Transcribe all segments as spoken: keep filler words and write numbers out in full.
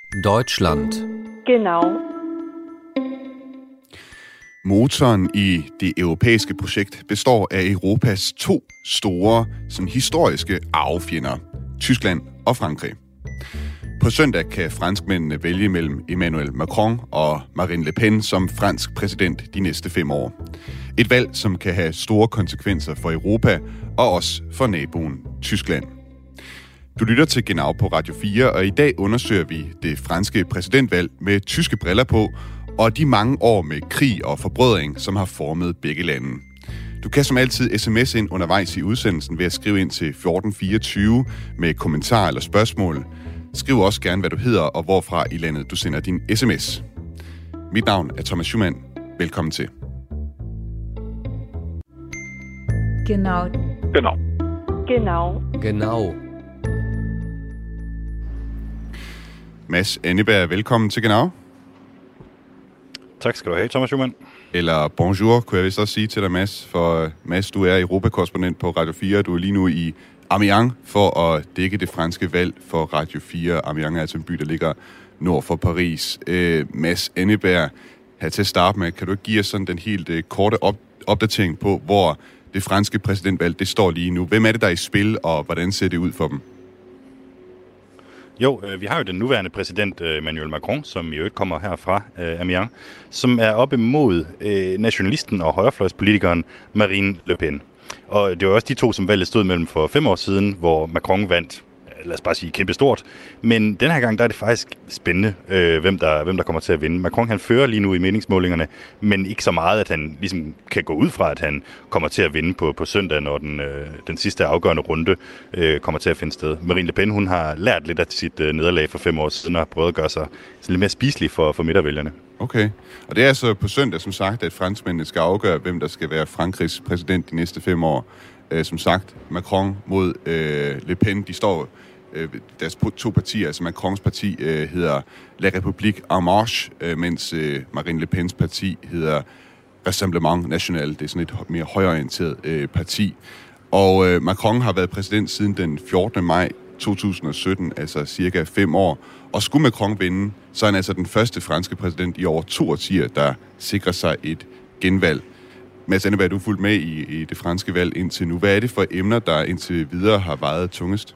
Deutschland. Genau. Motoren i det europæiske projekt består af Europas to store, sådan historiske arvefjender, Tyskland og Frankrig. På søndag kan franskmændene vælge mellem Emmanuel Macron og Marine Le Pen som fransk præsident de næste fem år. Et valg, som kan have store konsekvenser for Europa og også for naboen Tyskland. Du lytter til Genau på Radio fire, og i dag undersøger vi det franske præsidentvalg med tyske briller på, og de mange år med krig og forbrødring, som har formet begge lande. Du kan som altid sms ind undervejs i udsendelsen ved at skrive ind til fjorten fireogtyve med kommentarer eller spørgsmål. Skriv også gerne, hvad du hedder og hvorfra i landet du sender din sms. Mit navn er Thomas Schumann. Velkommen til. Genau. Genau. Genau. Genau. Mads Anneberg, velkommen til Genau. Tak skal du have, Thomas Schumann. Eller bonjour, kunne jeg vist også sige til dig, Mads. For Mads, du er europakorrespondent på Radio fire. Du er lige nu i Amiens for at dække det franske valg for Radio fire. Amiens er altså en by, der ligger nord for Paris. Øh, Mads Anneberg, her til at starte med, kan du ikke give os sådan den helt øh, korte op- opdatering på, hvor det franske præsidentvalg det står lige nu? Hvem er det, der er i spil, og hvordan ser det ud for dem? Jo, øh, vi har jo den nuværende præsident øh, Emmanuel Macron, som jo ikke kommer herfra, øh, Amiens, som er op imod øh, nationalisten og højrefløjspolitikeren Marine Le Pen. Og det var også de to, som valget stod mellem for fem år siden, hvor Macron vandt, lad os bare sige, kæmpestort. Men den her gang, der er det faktisk spændende, øh, hvem, der, hvem der kommer til at vinde. Macron, han fører lige nu i meningsmålingerne, men ikke så meget, at han ligesom kan gå ud fra, at han kommer til at vinde på, på søndag, når den, øh, den sidste afgørende runde øh, kommer til at finde sted. Marine Le Pen, hun har lært lidt af sit øh, nederlag for fem år siden, og har prøvet at gøre sig lidt mere spiselig for, for midtervælgerne. Okay, og det er altså på søndag, som sagt, at franskmændene skal afgøre, hvem der skal være Frankrigs præsident de næste fem år. Øh, som sagt, Macron mod øh, Le Pen, de står, øh, deres to partier, altså Macrons parti øh, hedder La République en Marche, øh, mens øh, Marine Le Pens parti hedder Rassemblement National. Det er sådan et mere højreorienteret øh, parti. Og øh, Macron har været præsident siden den fjortende maj to tusind og sytten, altså cirka fem år. Og skulle Macron vinde, så er han altså den første franske præsident i over to årtier, der sikrer sig et genvalg. Mads Anneberg, du er fulgt med i, i det franske valg indtil nu. Hvad er det for emner, der indtil videre har vejet tungest?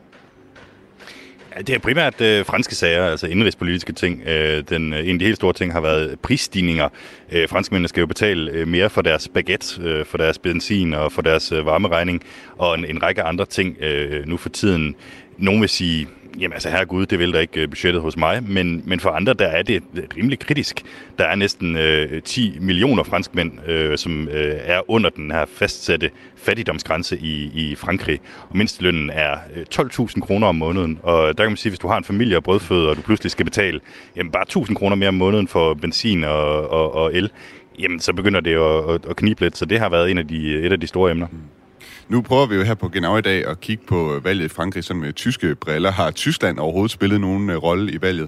Ja, det er primært øh, franske sager, altså indrigspolitiske ting. Øh, den, en af de helt store ting har været prisstigninger. Øh, franskmændene skal jo betale øh, mere for deres baguette, øh, for deres benzin og for deres øh, varmeregning, og en, en række andre ting øh, nu for tiden. Nogen vil sige, jamen altså herregud, det vælter ikke budgettet hos mig, men, men for andre, der er det rimelig kritisk. Der er næsten øh, ti millioner franskmænd, øh, som øh, er under den her fastsatte fattigdomsgrænse i, i Frankrig. Og mindstelønnen er tolv tusind kroner om måneden. Og der kan man sige, hvis du har en familie og brødfødder, og du pludselig skal betale jamen, bare tusind kroner mere om måneden for benzin og, og, og el, jamen så begynder det at, at, at knibe lidt. Så det har været en af de, et af de store emner. Nu prøver vi jo her på Genau i dag at kigge på valget i Frankrig sådan med tyske briller. Har Tyskland overhovedet spillet nogen rolle i valget?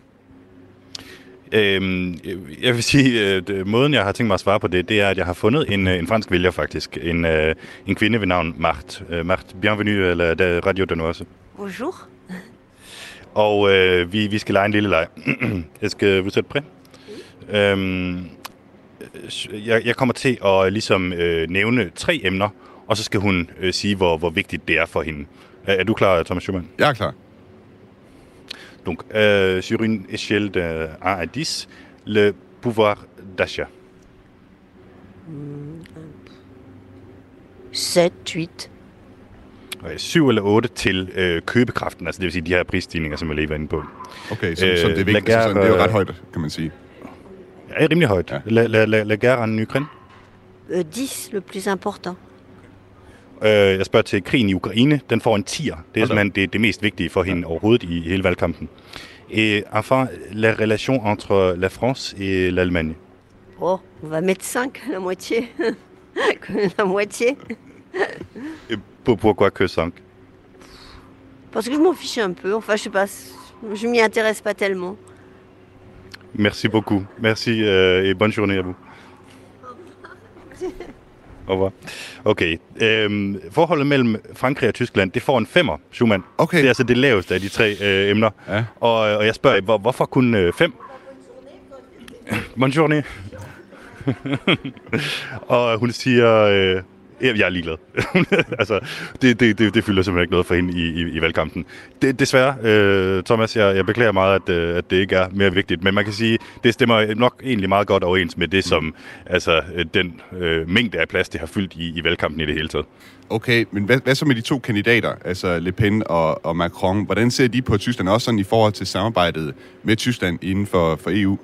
Øhm, jeg vil sige, at måden jeg har tænkt mig at svare på det, det er, at jeg har fundet en, en fransk vælger faktisk. En, en kvinde ved navn Marthe. Marthe, bienvenue à la Radio Danoise. Bonjour. Og øh, vi, vi skal lege en lille leg. Est-ce que vous êtes prêt? Oui. Øhm, jeg, jeg kommer til at ligesom øh, nævne tre emner, og så skal hun øh, sige, hvor, hvor vigtigt det er for hende. Er, er du klar, Thomas Schumann? Jeg er klar. Donc, euh, sur une échelle de un à dix, le pouvoir d'achat. sept, huit. Okay, syv eller otte til øh, købekraften, altså det vil sige de her prisstigninger, som jeg lige var inde på. Okay, så, øh, så det er vigtigt, guerre, så det er jo ret højt, kan man sige. Ja, det er rimelig højt. Ja. La, la, la, la guerre en Ukraine? Euh, dix, le plus important. Øh, jeg spørger til krigen i Ukraine, den får en tier. Det er simpelthen det, det mest vigtige for hende overhovedet i hele valgkampen. Et enfin, la relation entre la France et l'Allemagne. Oh, on va mettre cinq, la moitié. La moitié. Et pourquoi que cinq? Parce que je m'en fiche un peu. Enfin, je sais pas, je m'y intéresse pas tellement. Merci beaucoup. Merci euh, et bonne journée à vous. Au revoir. Okay. Øhm, forholdet mellem Frankrig og Tyskland, det får en femmer, Schumann. Okay. Det er altså det laveste af de tre øh, emner. Ja. Og, og jeg spørger, hvor, hvorfor kun øh, fem? Bonjour. Og hun siger, øh, jeg er ligeglad. altså, det, det, det, det fylder simpelthen ikke noget for hende i, i, i valgkampen. Det, desværre, øh, Thomas, jeg, jeg beklager meget, at, øh, at det ikke er mere vigtigt. Men man kan sige, det stemmer nok egentlig meget godt overens med det, som altså, den øh, mængde af plads, det har fyldt i, i valgkampen i det hele taget. Okay, men hvad, hvad så med de to kandidater, altså Le Pen og, og Macron? Hvordan ser de på Tyskland, også sådan i forhold til samarbejdet med Tyskland inden for, for E U?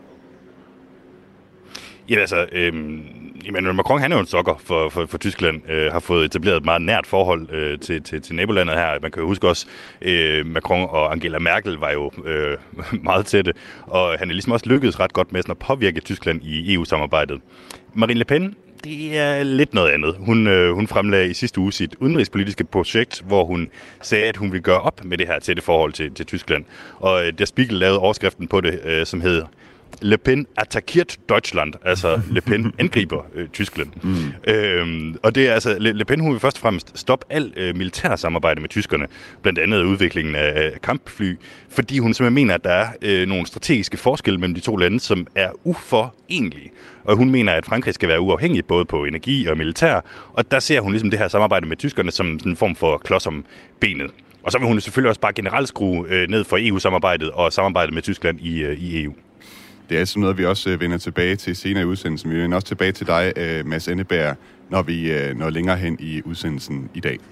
Ja, altså, øh, Emmanuel Macron, han er jo en sokker for, for, for Tyskland, øh, har fået etableret et meget nært forhold øh, til, til, til nabolandet her. Man kan jo huske også, øh, Macron og Angela Merkel var jo øh, meget tætte, og han er ligesom også lykkedes ret godt med sådan at påvirke Tyskland i E U-samarbejdet. Marine Le Pen, det er lidt noget andet. Hun, øh, hun fremlagde i sidste uge sit udenrigspolitiske projekt, hvor hun sagde, at hun ville gøre op med det her tætte forhold til, til Tyskland. Og øh, Der Spiegel lavede overskriften på det, øh, som hed Le Pen attackiert Deutschland, altså Le Pen angriber øh, Tyskland. Mm. Øhm, og det er altså, Le, Le Pen, hun vil først og fremmest stoppe al øh, militær samarbejde med tyskerne, blandt andet udviklingen af kampfly, fordi hun simpelthen mener, at der er øh, nogle strategiske forskelle mellem de to lande, som er uforenelige. Og hun mener, at Frankrig skal være uafhængig både på energi og militær, og der ser hun ligesom det her samarbejde med tyskerne som en form for klods om benet. Og så vil hun selvfølgelig også bare generelt skrue øh, ned for E U-samarbejdet og samarbejdet med Tyskland i, øh, i E U. Det er altså noget, vi også vender tilbage til senere i udsendelsen. Vi vender også tilbage til dig, Mads Enneberg, når vi når længere hen i udsendelsen i dag.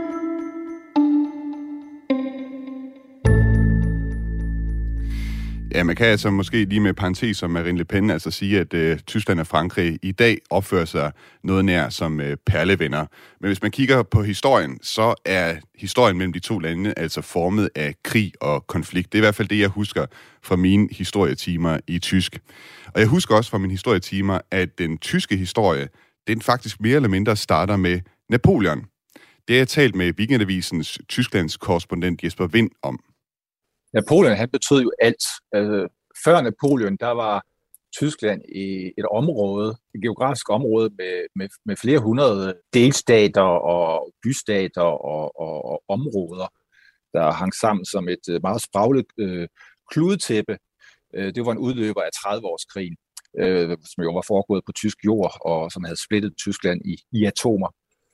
Ja, man kan altså måske lige med parentes som Marine Le Pen altså sige, at øh, Tyskland og Frankrig i dag opfører sig noget nær som øh, perlevenner. Men hvis man kigger på historien, så er historien mellem de to lande altså formet af krig og konflikt. Det er i hvert fald det, jeg husker fra mine historietimer i tysk. Og jeg husker også fra mine historietimer, at den tyske historie, den faktisk mere eller mindre starter med Napoleon. Det har jeg talt med Weekendavisens Tysklands korrespondent Jesper Wind om. Napoleon, han betød jo alt. Altså, før Napoleon, der var Tyskland i et område, et geografisk område med, med, med flere hundrede delstater og bystater og, og, og områder, der hang sammen som et meget spraglet øh, kludetæppe. Det var en udløber af tredive-årskrigen, øh, som jo var foregået på tysk jord, og som havde splittet Tyskland i, i atomer.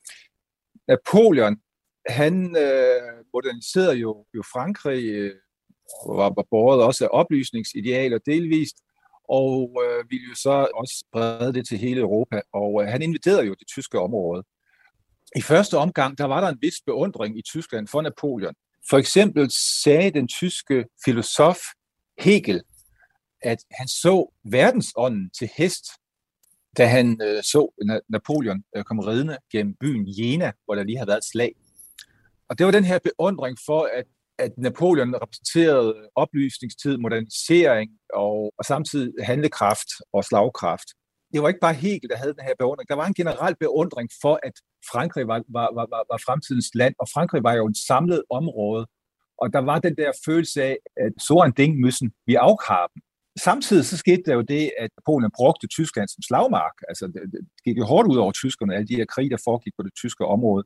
Napoleon, han øh, moderniserede jo, jo Frankrig, øh, var, var båret også af oplysningsidealer delvist, og øh, ville jo så også brede det til hele Europa, og øh, han inviterede jo det tyske område. I første omgang, der var der en vis beundring i Tyskland for Napoleon. For eksempel sagde den tyske filosof Hegel, at han så verdensånden til hest, da han øh, så Na- Napoleon øh, komme ridende gennem byen Jena, hvor der lige havde været et slag. Og det var den her beundring for, at, at Napoleon repræsenterede oplysningstid, modernisering og, og samtidig handlekraft og slagkraft. Det var ikke bare Hegel, der havde den her beundring. Der var en generel beundring for, at Frankrig var, var, var, var fremtidens land, og Frankrig var jo et samlet område. Og der var den der følelse af, at så en ding müssen vi auch haben. Samtidig så skete der jo det, at Polen brugte Tyskland som slagmark. Altså, det, det gik jo hårdt ud over tyskerne, alle de her krige, der foregik på det tyske område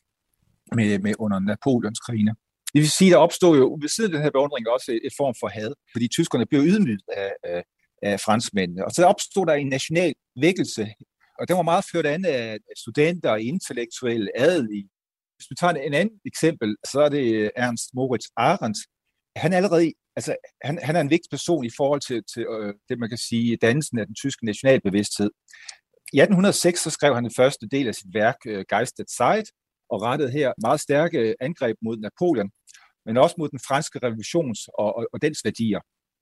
med, med under Napoleons krigene. Det vil sige, der opstod jo ved siden af den her beundring også et, et form for had, fordi tyskerne blev ydmyget af, af, af franskmændene. Og så opstod der en national vækkelse, og den var meget ført an af studenter og intellektuelle adelige. Hvis vi tager en anden eksempel, så er det Ernst Moritz Arendt. Han er allerede Altså, han, han er en vigtig person i forhold til, til øh, det, man kan sige, dannelsen af den tyske nationalbevidsthed. I atten hundrede og seks så skrev han den første del af sit værk, øh, Geist der Zeit, og rettede her meget stærke angreb mod Napoleon, men også mod den franske revolutions og, og, og dens værdier.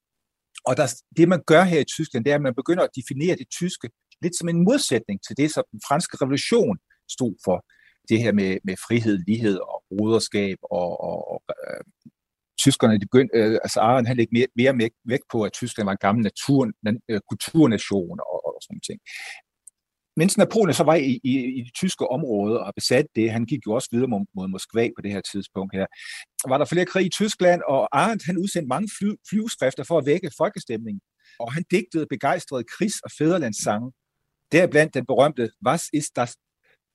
Og der, det, man gør her i Tyskland, det er, at man begynder at definere det tyske lidt som en modsætning til det, som den franske revolution stod for. Det her med, med frihed, lighed og broderskab og, og, og øh, tyskerne, de begyndte, øh, altså Arendt, han lægge mere, mere vægt på, at Tyskland var en gammel natur, øh, kulturnation og, og sådan ting. Mens Napoleon så var i, i, i det tyske område og har besat det, han gik jo også videre mod, mod Moskva på det her tidspunkt her, var der flere krig i Tyskland, og Arendt, han udsendte mange fly, flyveskrifter for at vække folkestemningen, og han digtede begejstrede krigs- og fædrelandssange, deriblandt den berømte Was ist das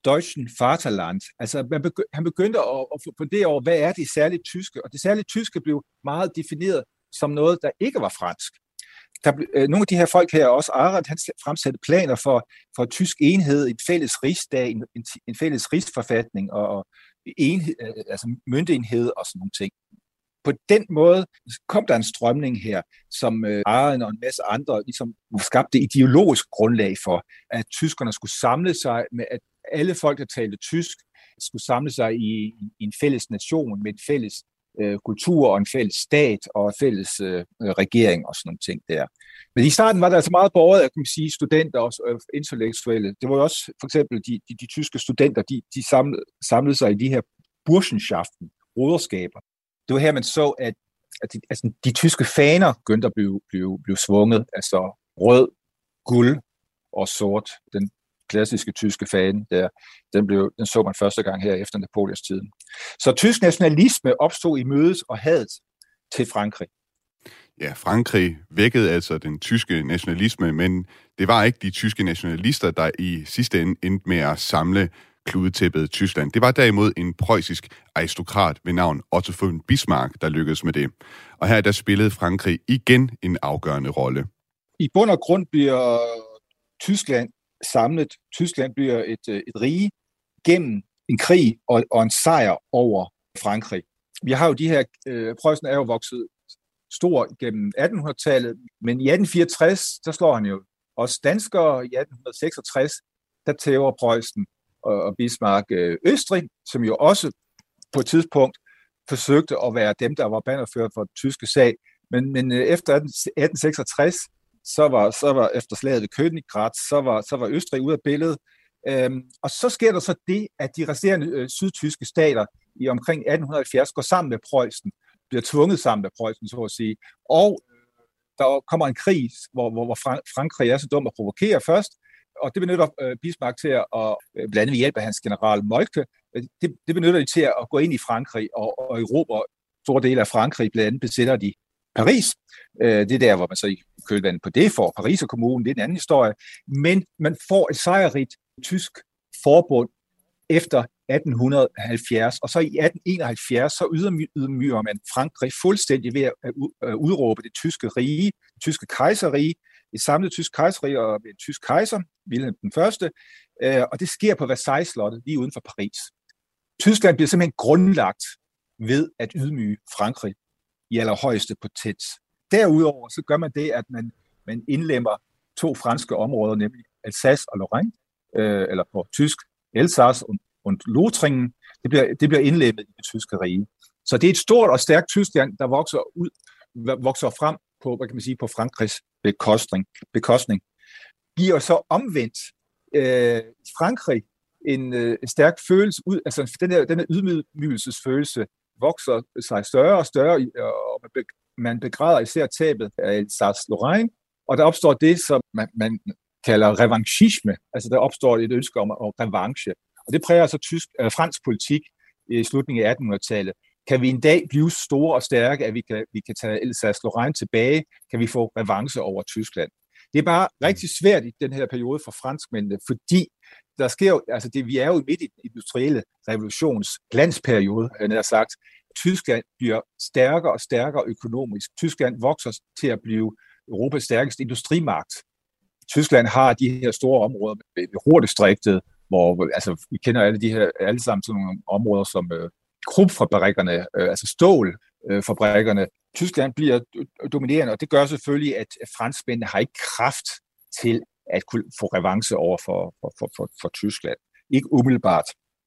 Deutschen Vaterland. Altså man begy- han begyndte at, at fundere over, hvad er det særligt tyske? Og det særligt tyske blev meget defineret som noget, der ikke var fransk. Der ble, øh, nogle af de her folk her, også Arendt, han fremsatte planer for, for tysk enhed, en fælles rigsdag, en, en, en fælles rigsforfatning og, og enhed, altså møntenhed og sådan nogle ting. På den måde kom der en strømning her, som øh, Arendt og en masse andre ligesom skabte ideologisk grundlag for, at tyskerne skulle samle sig med, at alle folk, der talte tysk, skulle samle sig i, i en fælles nation med en fælles øh, kultur og en fælles stat og en fælles øh, regering og sådan nogle ting der. Men i starten var der altså meget båret af, kan man sige, studenter og øh, intellektuelle. Det var jo også for eksempel de, de, de tyske studenter, de, de samlede, samlede sig i de her Burschenschaften, broderskaber. Det var her, man så, at, at de, altså, de tyske faner begyndte at blive, blive, blive svunget, altså rød, guld og sort. Den klassiske tyske fane, der, den, blev, den så man første gang her efter Napoleons tiden. Så tysk nationalisme opstod i mødet og hadet til Frankrig. Ja, Frankrig vækkede altså den tyske nationalisme, men det var ikke de tyske nationalister, der i sidste ende endte med at samle kludetæppet Tyskland. Det var derimod en preussisk aristokrat ved navn Otto von Bismarck, der lykkedes med det. Og her der spillede Frankrig igen en afgørende rolle. I bund og grund bliver Tyskland samlet. Tyskland bliver et, et rige gennem en krig og, og en sejr over Frankrig. Vi har jo de her, øh, Preussen er jo vokset stor gennem attenhundredetallet, men i atten fireogtres, der slår han jo også danskere. I atten seksogtres, der tæver Preussen og Bismarck Østrig, som jo også på et tidspunkt forsøgte at være dem, der var bannerfører for den tyske sag. Men, men efter atten seksogtres, så var, så var efter slaget ved Königgrätz, så var, så var Østrig ude af billedet. Øhm, og så sker der så det, at de resterende øh, sydtyske stater i omkring atten halvfjerds går sammen med Preussen, bliver tvunget sammen med Preussen, så at sige. Og øh, der kommer en krig, hvor, hvor, hvor Frankrig er så dum at provokere først, og det benytter øh, Bismarck til at, og, øh, blandt andet ved hjælp af hans general Moltke, det, det benytter de til at gå ind i Frankrig og, og erobre store dele af Frankrig, blandt andet besætter de Paris. Øh, det er der, hvor man så i kølvandet på det får Paris og kommunen, det er en anden historie. Men man får et sejrigt tysk forbund efter atten halvfjerds, og så i atten enoghalvfjerds, så ydmyger man Frankrig fuldstændig ved at udråbe det tyske rige, det tyske kejserrige, et samlet tysk kejserrige og en tysk kejser, Wilhelm den første, og det sker på Versailles-slottet lige uden for Paris. Tyskland bliver simpelthen grundlagt ved at ydmyge Frankrig i allerhøjeste potens. Derudover så gør man det, at man, man indlemmer to franske områder, nemlig Alsace og Lorraine, øh, eller på tysk Elsass og, og Lothringen. Det bliver, det bliver indlemmet i det tyske rige. Så det er et stort og stærkt Tyskland, der vokser ud, vokser frem på, hvad kan man sige, på Frankrigs bekostning. bekostning. Giver så omvendt øh, Frankrig en øh, stærk følelse ud, altså den her, den her ydmygelsesfølelse vokser sig større og større, og man begræder især tabet af Alsace-Lorraine, og der opstår det, som man, man kalder revanchisme, altså der opstår et ønske om at revanche, og det præger så tysk, øh, fransk politik i slutningen af attenhundredetallet. Kan vi en dag blive store og stærke, at vi kan, vi kan tage Alsace-Lorraine tilbage, kan vi få revanche over Tyskland. Det er bare rigtig svært i den her periode for franskmændene, fordi der sker jo, altså det, vi er jo midt i den industrielle revolutions glansperiode, han har sagt. Tyskland bliver stærkere og stærkere økonomisk. Tyskland vokser til at blive Europas stærkeste industrimagt. Tyskland har de her store områder ved Ruhrdistriktet, hvor altså, vi kender alle de her alle sammen sådan nogle områder som øh, Kruppfabrikkerne, øh, altså stålfabrikkerne. Øh, Tyskland bliver dominerende, og det gør selvfølgelig, at franskmændene har ikke kraft til at kunne få revanche over for, for, for, for, for Tyskland. Ikke umiddelbart.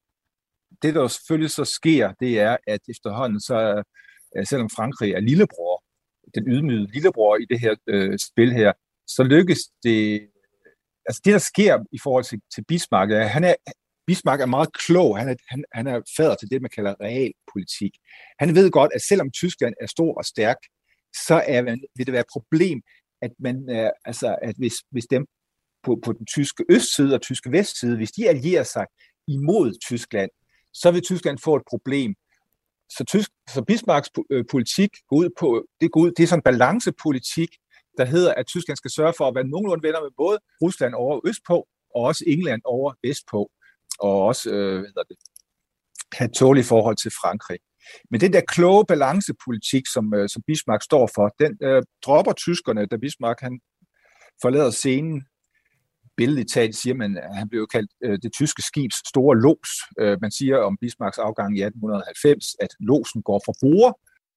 Det, der selvfølgelig så sker, det er, at efterhånden, så, selvom Frankrig er lillebror, den ydmygede lillebror i det her øh, spil her, så lykkes det. Altså det, der sker i forhold til, til Bismarck, er, han er, Bismarck er meget klog. Han er, han, han er fader til det, man kalder realpolitik. Han ved godt, at selvom Tyskland er stor og stærk, så er, vil det være et problem, at, man, øh, altså, at hvis, hvis dem på, på den tyske østside og tyske vestside, hvis de allierer sig imod Tyskland, så vil Tyskland få et problem. Så, tysk, så Bismarcks politik går ud på, det, går ud, det er sådan en balancepolitik, der hedder, at Tyskland skal sørge for at være nogenlunde venner med både Rusland over østpå, og også England over vestpå. og også øh, hvad hedder det, have et tåligt forhold til Frankrig. Men den der kloge balancepolitik, som, øh, som Bismarck står for, den øh, dropper tyskerne, da Bismarck han forlader scenen. Billedligt talt siger man, at han blev kaldt øh, det tyske skibs store los. Øh, man siger om Bismarcks afgang i atten halvfems, at losen går fra bord.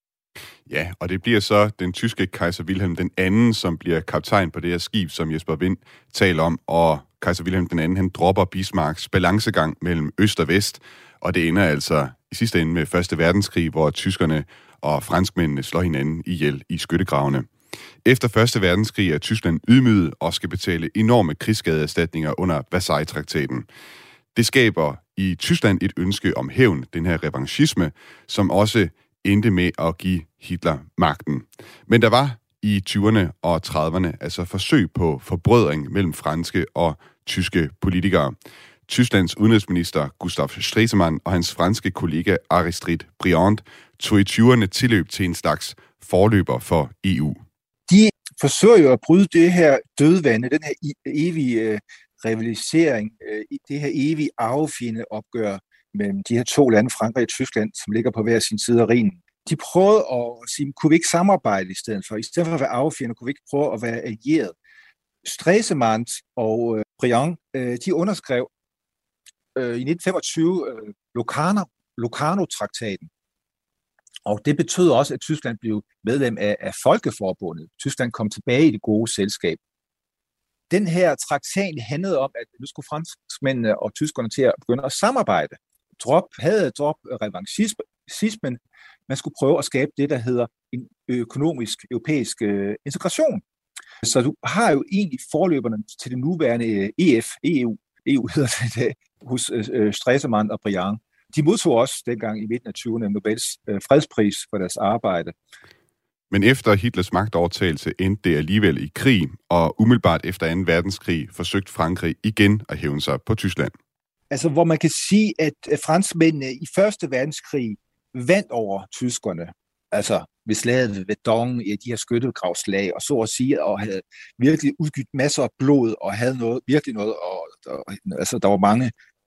Ja, og det bliver så den tyske kejser Wilhelm den anden, som bliver kaptajn på det her skib, som Jesper Wind taler om, og kejser Wilhelm den anden, han dropper Bismarcks balancegang mellem øst og vest, og det ender altså i sidste ende med første verdenskrig, hvor tyskerne og franskmændene slår hinanden ihjel i skyttegravene. Efter første verdenskrig er Tyskland ydmyget og skal betale enorme krigsskadeerstatninger under Versailles-traktaten. Det skaber i Tyskland et ønske om hævn, den her revanchisme, som også endte med at give Hitler magten. Men der var i tyverne og trediverne altså forsøg på forbrødring mellem franske og tyske politikere. Tysklands udenrigsminister Gustav Stresemann og hans franske kollega Aristide Briand tog i tyverne tilløb til en slags forløber for E U. De forsøger jo at bryde det her dødvande, den her evige øh, rivalisering, øh, det her evige arvefjende opgør mellem de her to lande, Frankrig og Tyskland, som ligger på hver sin side af Rhinen. De prøvede at sige, kunne vi ikke samarbejde i stedet for? I stedet for at være arvefjende, kunne vi ikke prøve at være allieret? Stresemann og øh, Briand, øh, de underskrev øh, i nitten femogtyve øh, Locarno, Locarno-traktaten. Og det betød også, at Tyskland blev medlem af, af Folkeforbundet. Tyskland kom tilbage i det gode selskab. Den her traktat handlede om, at nu skulle franskmændene og tyskerne til at begynde at samarbejde. Drop, havde drop revanchismen. Man skulle prøve at skabe det, der hedder en økonomisk europæisk øh, integration. Så du har jo egentlig forløberne til det nuværende E F, E U, E U hedder det i dag, hos øh, Stresemann og Briand. De modtog også dengang i midten af tyverne Nobels øh, fredspris for deres arbejde. Men efter Hitlers magtovertagelse endte det alligevel i krig, og umiddelbart efter anden verdenskrig forsøgte Frankrig igen at hævne sig på Tyskland. Altså, hvor man kan sige, at franskmændene i første verdenskrig vandt over tyskerne. Altså ved slaget ved Verdun, i de her skyttegravslag, og så at sige, og havde virkelig udgivet masser af blod, og havde noget, virkelig noget, og, og altså, der var mange,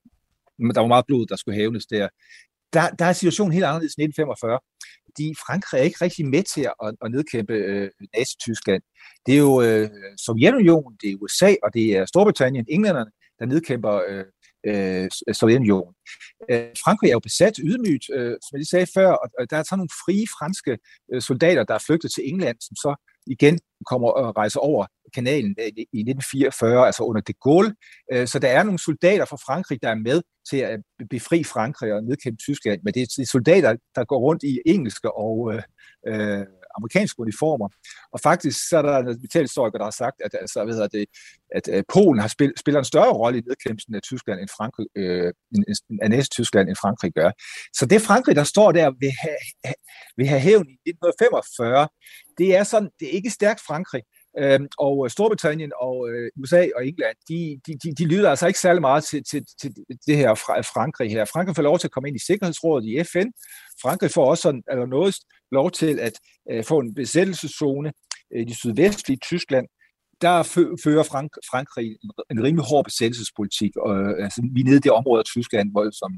der var meget blod, der skulle hævnes der. Der, der er situationen helt anderledes i nitten femogfyrre. De Frankrig er ikke rigtig med til at, at nedkæmpe øh, Nazi-Tyskland. Det er jo øh, Sovjetunionen, det er U S A, og det er Storbritannien, englænderne, der nedkæmper øh, øh, Sovjetunionen. Øh, Frankrig er jo besat ydmygt, øh, som jeg lige sagde før, og, og der er sådan nogle frie franske øh, soldater, der er flygtet til England, som så igen kommer og rejser over kanalen i nitten fireogfyrre, altså under de Gaulle. Så der er nogle soldater fra Frankrig, der er med til at befri Frankrig og nedkæmpe Tyskland, men det er soldater, der går rundt i engelske og øh, amerikanske uniformer. Og faktisk så er der en militærhistoriker, der har sagt, at, altså, hvad hedder det, at Polen har spil, spiller en større rolle i nedkæmpelsen af Tyskland end Frankrig, øh, af Nazi-Tyskland end Frankrig gør. Så det Frankrig, der står der ved have, ved have hævn i nitten femogfyrre, det er sådan, det er ikke stærkt Frankrig. Øhm, og Storbritannien og øh, U S A og England, de, de, de, de lyder altså ikke særlig meget til, til, til det her fra Frankrig her. Frankrig får lov til at komme ind i Sikkerhedsrådet i F N. Frankrig får også sådan, eller noget lov til at øh, få en besættelseszone øh, i det sydvestlige Tyskland. Der fører Frank, Frankrig en, en rimelig hård besættelsespolitik. Og, øh, altså, vi er nede i det område af Tyskland, hvor som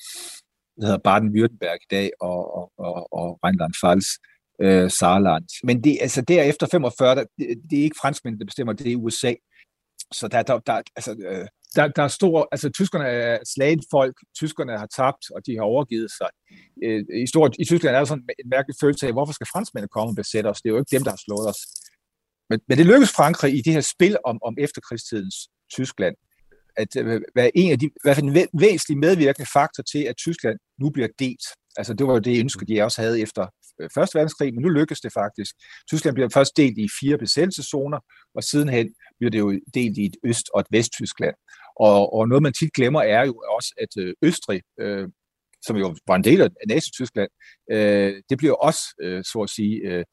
det hedder Baden-Württemberg i dag, og, og, og, og Rheinland-Pfalz. Øh, Saarland. Men det, altså derefter femogfyrre, der, det, det er ikke franskmænd, der bestemmer, det er U S A. Så der, der, der, altså, øh, der, der er store, altså tyskerne er slaget folk, tyskerne har tabt, og de har overgivet sig. Øh, i, stor, I Tyskland er der sådan en mærkelig følelse af, hvorfor skal franskmændene komme og besætte os? Det er jo ikke dem, der har slået os. Men, men det lykkedes Frankrig i det her spil om, om efterkrigstidens Tyskland, at øh, være en af de, i hvert fald en væsentlig medvirkende faktor til, at Tyskland nu bliver delt. Altså det var jo det ønske, de også havde efter Første verdenskrig, men nu lykkes det faktisk. Tyskland bliver først delt i fire besættelseszoner, og sidenhen bliver det jo delt i et Øst- og et Vest-Tyskland. Og, og noget, man tit glemmer, er jo også, at øh, Østrig, øh, som jo var en del af Nazi-Tyskland, øh, det bliver også, øh, så at sige, øh,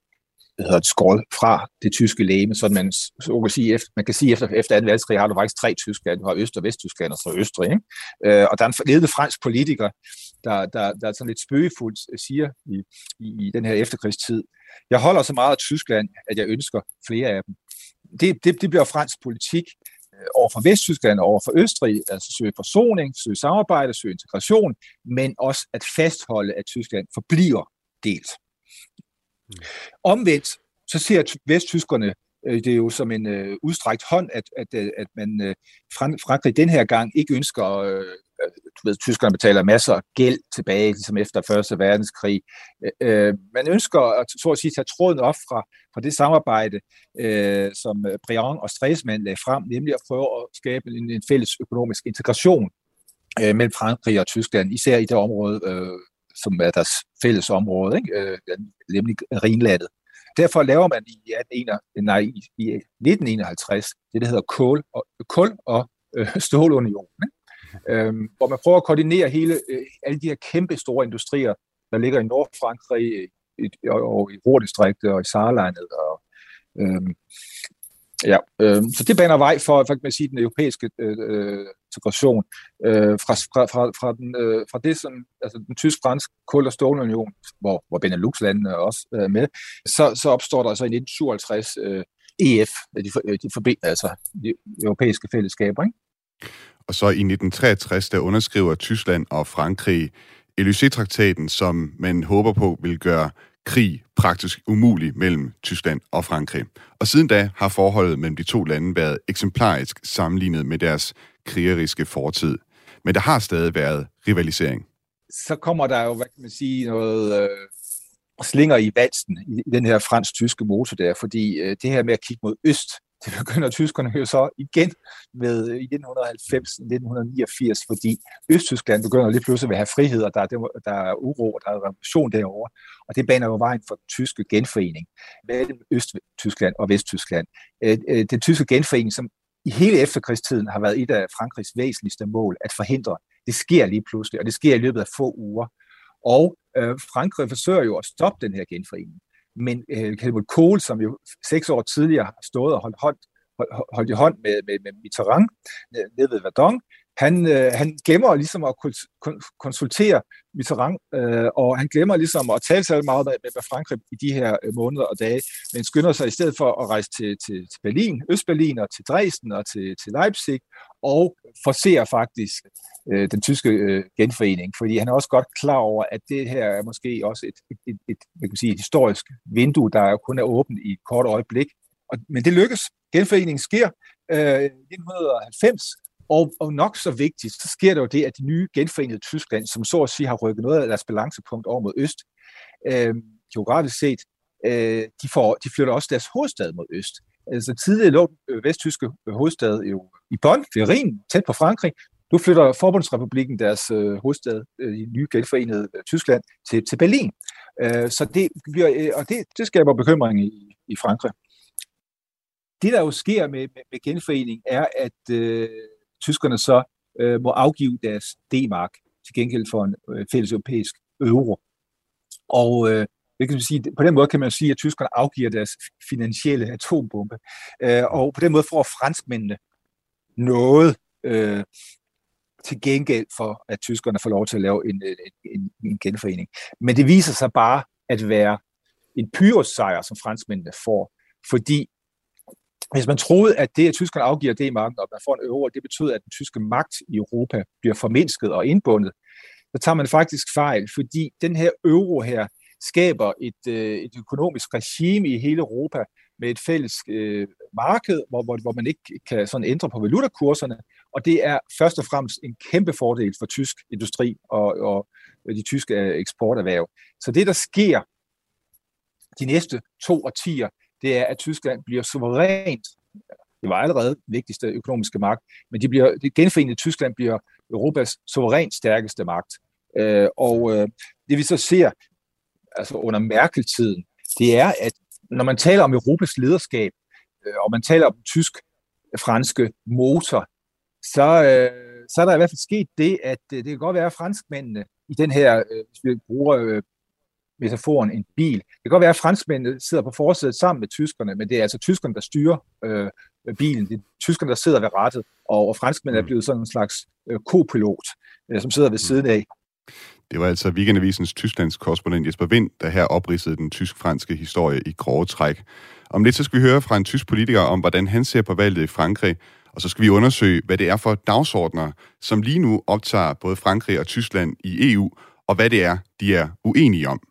skåret fra det tyske legeme, så man, så kan sige, efter, man kan sige, efter, efter anden verdenskrig har du faktisk tre Tyskland. Du har Øst- og Vest-Tyskland, og så Østrig. Ikke? Øh, og der er en ledende fransk politiker, der, der, der sådan lidt spøgefuldt siger i, i, i den her efterkrigstid, jeg holder så meget af Tyskland, at jeg ønsker flere af dem. Det, det, det bliver fransk politik. over for Vesttyskland og over for Østrig, altså søge forsoning, søge samarbejde, søge integration, men også at fastholde, at Tyskland forbliver delt. Mm. Omvendt, så ser vesttyskerne det er jo som en øh, udstrakt hånd, at, at, at man øh, Frankrig den her gang ikke ønsker, øh, du ved, tyskerne betaler masser af gæld tilbage, ligesom efter første verdenskrig. Øh, man ønsker at, så at sige, tage tråden op fra, fra det samarbejde, øh, som Briand og Stresemann lagde frem, nemlig at prøve at skabe en, en fælles økonomisk integration øh, mellem Frankrig og Tyskland, især i det område, øh, som er deres fælles område, ikke? Øh, nemlig Rhinlandet. Derfor laver man i, nej, i nitten enoghalvtreds det, der hedder kul og, kul og øh, stålunionen, øhm, hvor man prøver at koordinere hele, øh, alle de her kæmpe store industrier, der ligger i Nordfrankrig, i, og, og i Ruhrdistriktet og i Saarlandet. Og, øhm, ja, øhm, så det baner vej for, for kan man sige, den europæiske øh, integration øh, fra, fra, fra, fra, den, øh, fra det, som altså den tysk-franske kul- og stålunion, hvor, hvor Benelux-landene er også øh, med, så, så opstår der altså i nitten syvoghalvtreds øh, E F, de, de, forbi, altså de europæiske fællesskaber, ikke? Og så i nitten treogtres, der underskriver Tyskland og Frankrig Élysée-traktaten, som man håber på vil gøre krig praktisk umulig mellem Tyskland og Frankrig. Og siden da har forholdet mellem de to lande været eksemplarisk sammenlignet med deres krigeriske fortid. Men der har stadig været rivalisering. Så kommer der jo, hvad kan man sige, noget øh, slinger i valsen i den her fransk-tyske motor der, fordi øh, det her med at kigge mod øst, det begynder tyskerne jo så igen med i nitten halvfems til nitten niogfirs, fordi Østtyskland begynder lige pludselig at have frihed, og der er, der er uro, og der er revolution derovre. Og det baner jo vejen for den tyske genforening mellem Østtyskland og Vesttyskland. Den tyske genforening, som i hele efterkrigstiden har været et af Frankrigs væsentligste mål at forhindre, det sker lige pludselig, og det sker i løbet af få uger. Og øh, Frankrig forsøger jo at stoppe den her genforening. Men øh, Helmut Kohl, som jo seks år tidligere har stået og holdt, holdt, holdt, holdt i hånd med, med, med Mitterrand nede ved Verdun, han, øh, han glemmer ligesom at konsultere Mitterrand, øh, og han glemmer ligesom at tale sig meget med, med Frankrig i de her måneder og dage, men skynder sig i stedet for at rejse til, til, til Berlin, Østberlin og til Dresden og til, til Leipzig, og forcerer faktisk øh, den tyske øh, genforening, fordi han er også godt klar over, at det her er måske også et, et, et, et, jeg kan sige, et historisk vindue, der kun er åbent i et kort øjeblik. Og, men det lykkes. Genforeningen sker øh, i nitten halvfems, og, og nok så vigtigt, så sker der jo det, at de nye genforenede Tyskland, som så at sige har rykket noget af deres balancepunkt over mod øst, øh, geografisk set, øh, de, får, de flytter også deres hovedstad mod øst. Altså tidligere lå den vesttyske hovedstad jo i Bonn, ved Rhin, tæt på Frankrig. Nu flytter Forbundsrepublikken deres øh, hovedstad øh, i nye genforenede øh, Tyskland til, til Berlin. Øh, så det bliver, øh, og det, det skaber bekymring i, i Frankrig. Det, der jo sker med, med, med genforening, er, at øh, tyskerne så øh, må afgive deres D-mark til gengæld for en øh, fælles europæisk euro. Og øh, det kan man sige, på den måde kan man sige, at tyskerne afgiver deres finansielle atombombe. Øh, og på den måde får franskmændene noget øh, til gengæld for, at tyskerne får lov til at lave en, en, en, en genforening. Men det viser sig bare at være en pyrrhussejr, som franskmændene får, fordi hvis man troede, at det, at tyskerne afgiver D-marken, og man får en euro, det betyder, at den tyske magt i Europa bliver formindsket og indbundet, så tager man faktisk fejl, fordi den her euro her skaber et, øh, et økonomisk regime i hele Europa med et fælles øh, marked, hvor, hvor, hvor man ikke kan sådan ændre på valutakurserne, og det er først og fremmest en kæmpe fordel for tysk industri og, og de tyske eksporterhverv. Så det, der sker de næste to årtier, det er, at Tyskland bliver suverænt, det var allerede vigtigste økonomiske magt, men de bliver, det genforenede Tyskland bliver Europas suverænt stærkeste magt. Øh, og øh, det vi så ser altså under Merkel-tiden, det er, at når man taler om Europas lederskab, øh, og man taler om den tysk-franske motor, så, øh, så er der i hvert fald sket det, at øh, det kan godt være, at franskmændene i den her, øh, hvis vi bruger øh, metaforen en bil, det kan godt være, at franskmændene sidder på forsædet sammen med tyskerne, men det er altså tyskerne, der styrer øh, bilen. Det er tyskerne, der sidder ved rattet, og, og franskmændene er blevet sådan en slags øh, kopilot, øh, som sidder ved siden af. Det var altså Weekendavisens Tysklands korrespondent Jesper Wind, der her opridsede den tysk-franske historie i grove træk. Om lidt så skal vi høre fra en tysk politiker om, hvordan han ser på valget i Frankrig, Og så skal vi undersøge, hvad det er for dagsordner, som lige nu optager både Frankrig og Tyskland i E U, og hvad det er, de er uenige om.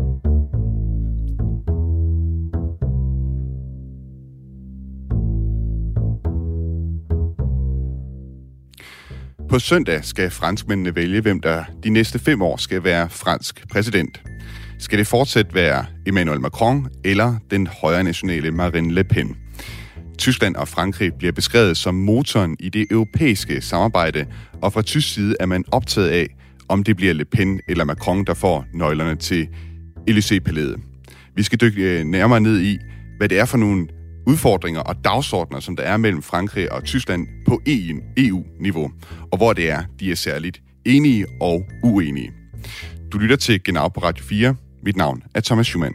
På søndag skal franskmændene vælge, hvem der de næste fem år skal være fransk præsident. Skal det fortsat være Emmanuel Macron eller den højre nationale Marine Le Pen? Tyskland og Frankrig bliver beskrevet som motoren i det europæiske samarbejde, og fra tysk side er man optaget af, om det bliver Le Pen eller Macron, der får nøglerne til Élysée-palæet. Vi skal dykke nærmere ned i, hvad det er for nogle udfordringer og dagsordner, som der er mellem Frankrig og Tyskland på E U-niveau, og hvor det er, de er særligt enige og uenige. Du lytter til Genau på Radio fire. Mit navn er Thomas Schumann.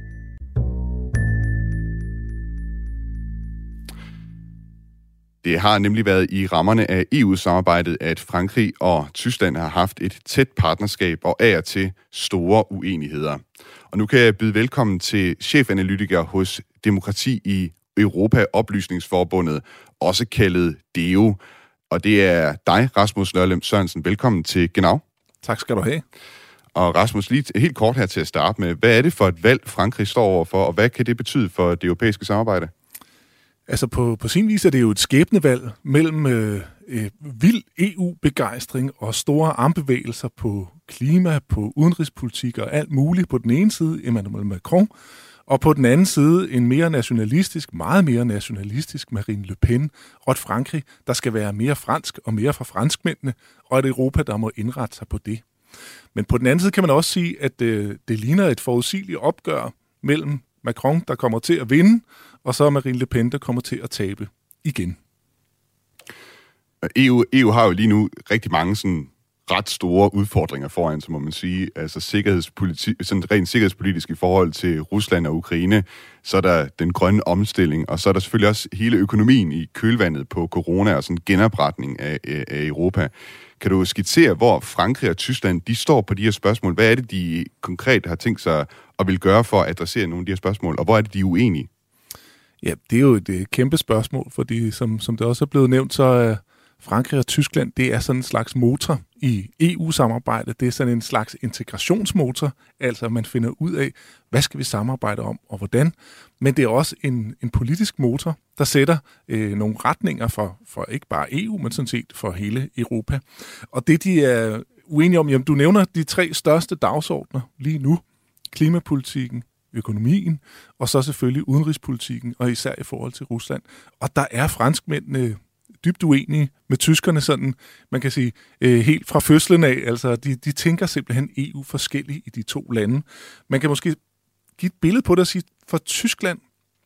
Det har nemlig været i rammerne af E U-samarbejdet, at Frankrig og Tyskland har haft et tæt partnerskab og af og til store uenigheder. Og nu kan jeg byde velkommen til chefanalytiker hos Demokrati i Europa Oplysningsforbundet, også kaldet D E O. Og det er dig, Rasmus Nørlem Sørensen. Velkommen til Genau. Tak skal du have. Og Rasmus, lige helt kort her til at starte med. Hvad er det for et valg, Frankrig står overfor, og hvad kan det betyde for det europæiske samarbejde? Altså på, på sin vis er det jo et skæbnevalg mellem øh, øh, vild E U-begejstring og store armbevægelser på klima, på udenrigspolitik og alt muligt. På den ene side Emmanuel Macron, og på den anden side en mere nationalistisk, meget mere nationalistisk Marine Le Pen, og et Frankrig, der skal være mere fransk og mere fra franskmændene, og et Europa, der må indrette sig på det. Men på den anden side kan man også sige, at øh, det ligner et forudsigeligt opgør mellem Macron, der kommer til at vinde, og så Marine Le Pen, der kommer til at tabe igen. E U, E U har jo lige nu rigtig mange sådan ret store udfordringer foran, så må man sige. Altså sikkerhedspolitik, sådan rent sikkerhedspolitisk i forhold til Rusland og Ukraine, så er der den grønne omstilling, og så er der selvfølgelig også hele økonomien i kølvandet på corona og sådan genopretning af, af, af Europa. Kan du skitsere, hvor Frankrig og Tyskland, de står på de her spørgsmål? Hvad er det, de konkret har tænkt sig at vil gøre for at adressere nogle af de her spørgsmål, og hvor er det, de er uenige? Ja, det er jo et, et kæmpe spørgsmål, fordi som, som det også er blevet nævnt, så er Frankrig og Tyskland, det er sådan en slags motor i E U-samarbejdet. Det er sådan en slags integrationsmotor, altså man finder ud af, hvad skal vi samarbejde om og hvordan. Men det er også en, en politisk motor, der sætter øh, nogle retninger for, for ikke bare E U, men sådan set for hele Europa. Og det, de er uenige om, jamen du nævner de tre største dagsordner lige nu. Klimapolitikken, økonomien, og så selvfølgelig udenrigspolitikken, og især i forhold til Rusland. Og der er franskmændene dybt uenige med tyskerne, sådan, man kan sige, øh, helt fra fødslen af. Altså, de, de tænker simpelthen E U forskelligt i de to lande. Man kan måske give et billede på det og sige, for Tyskland,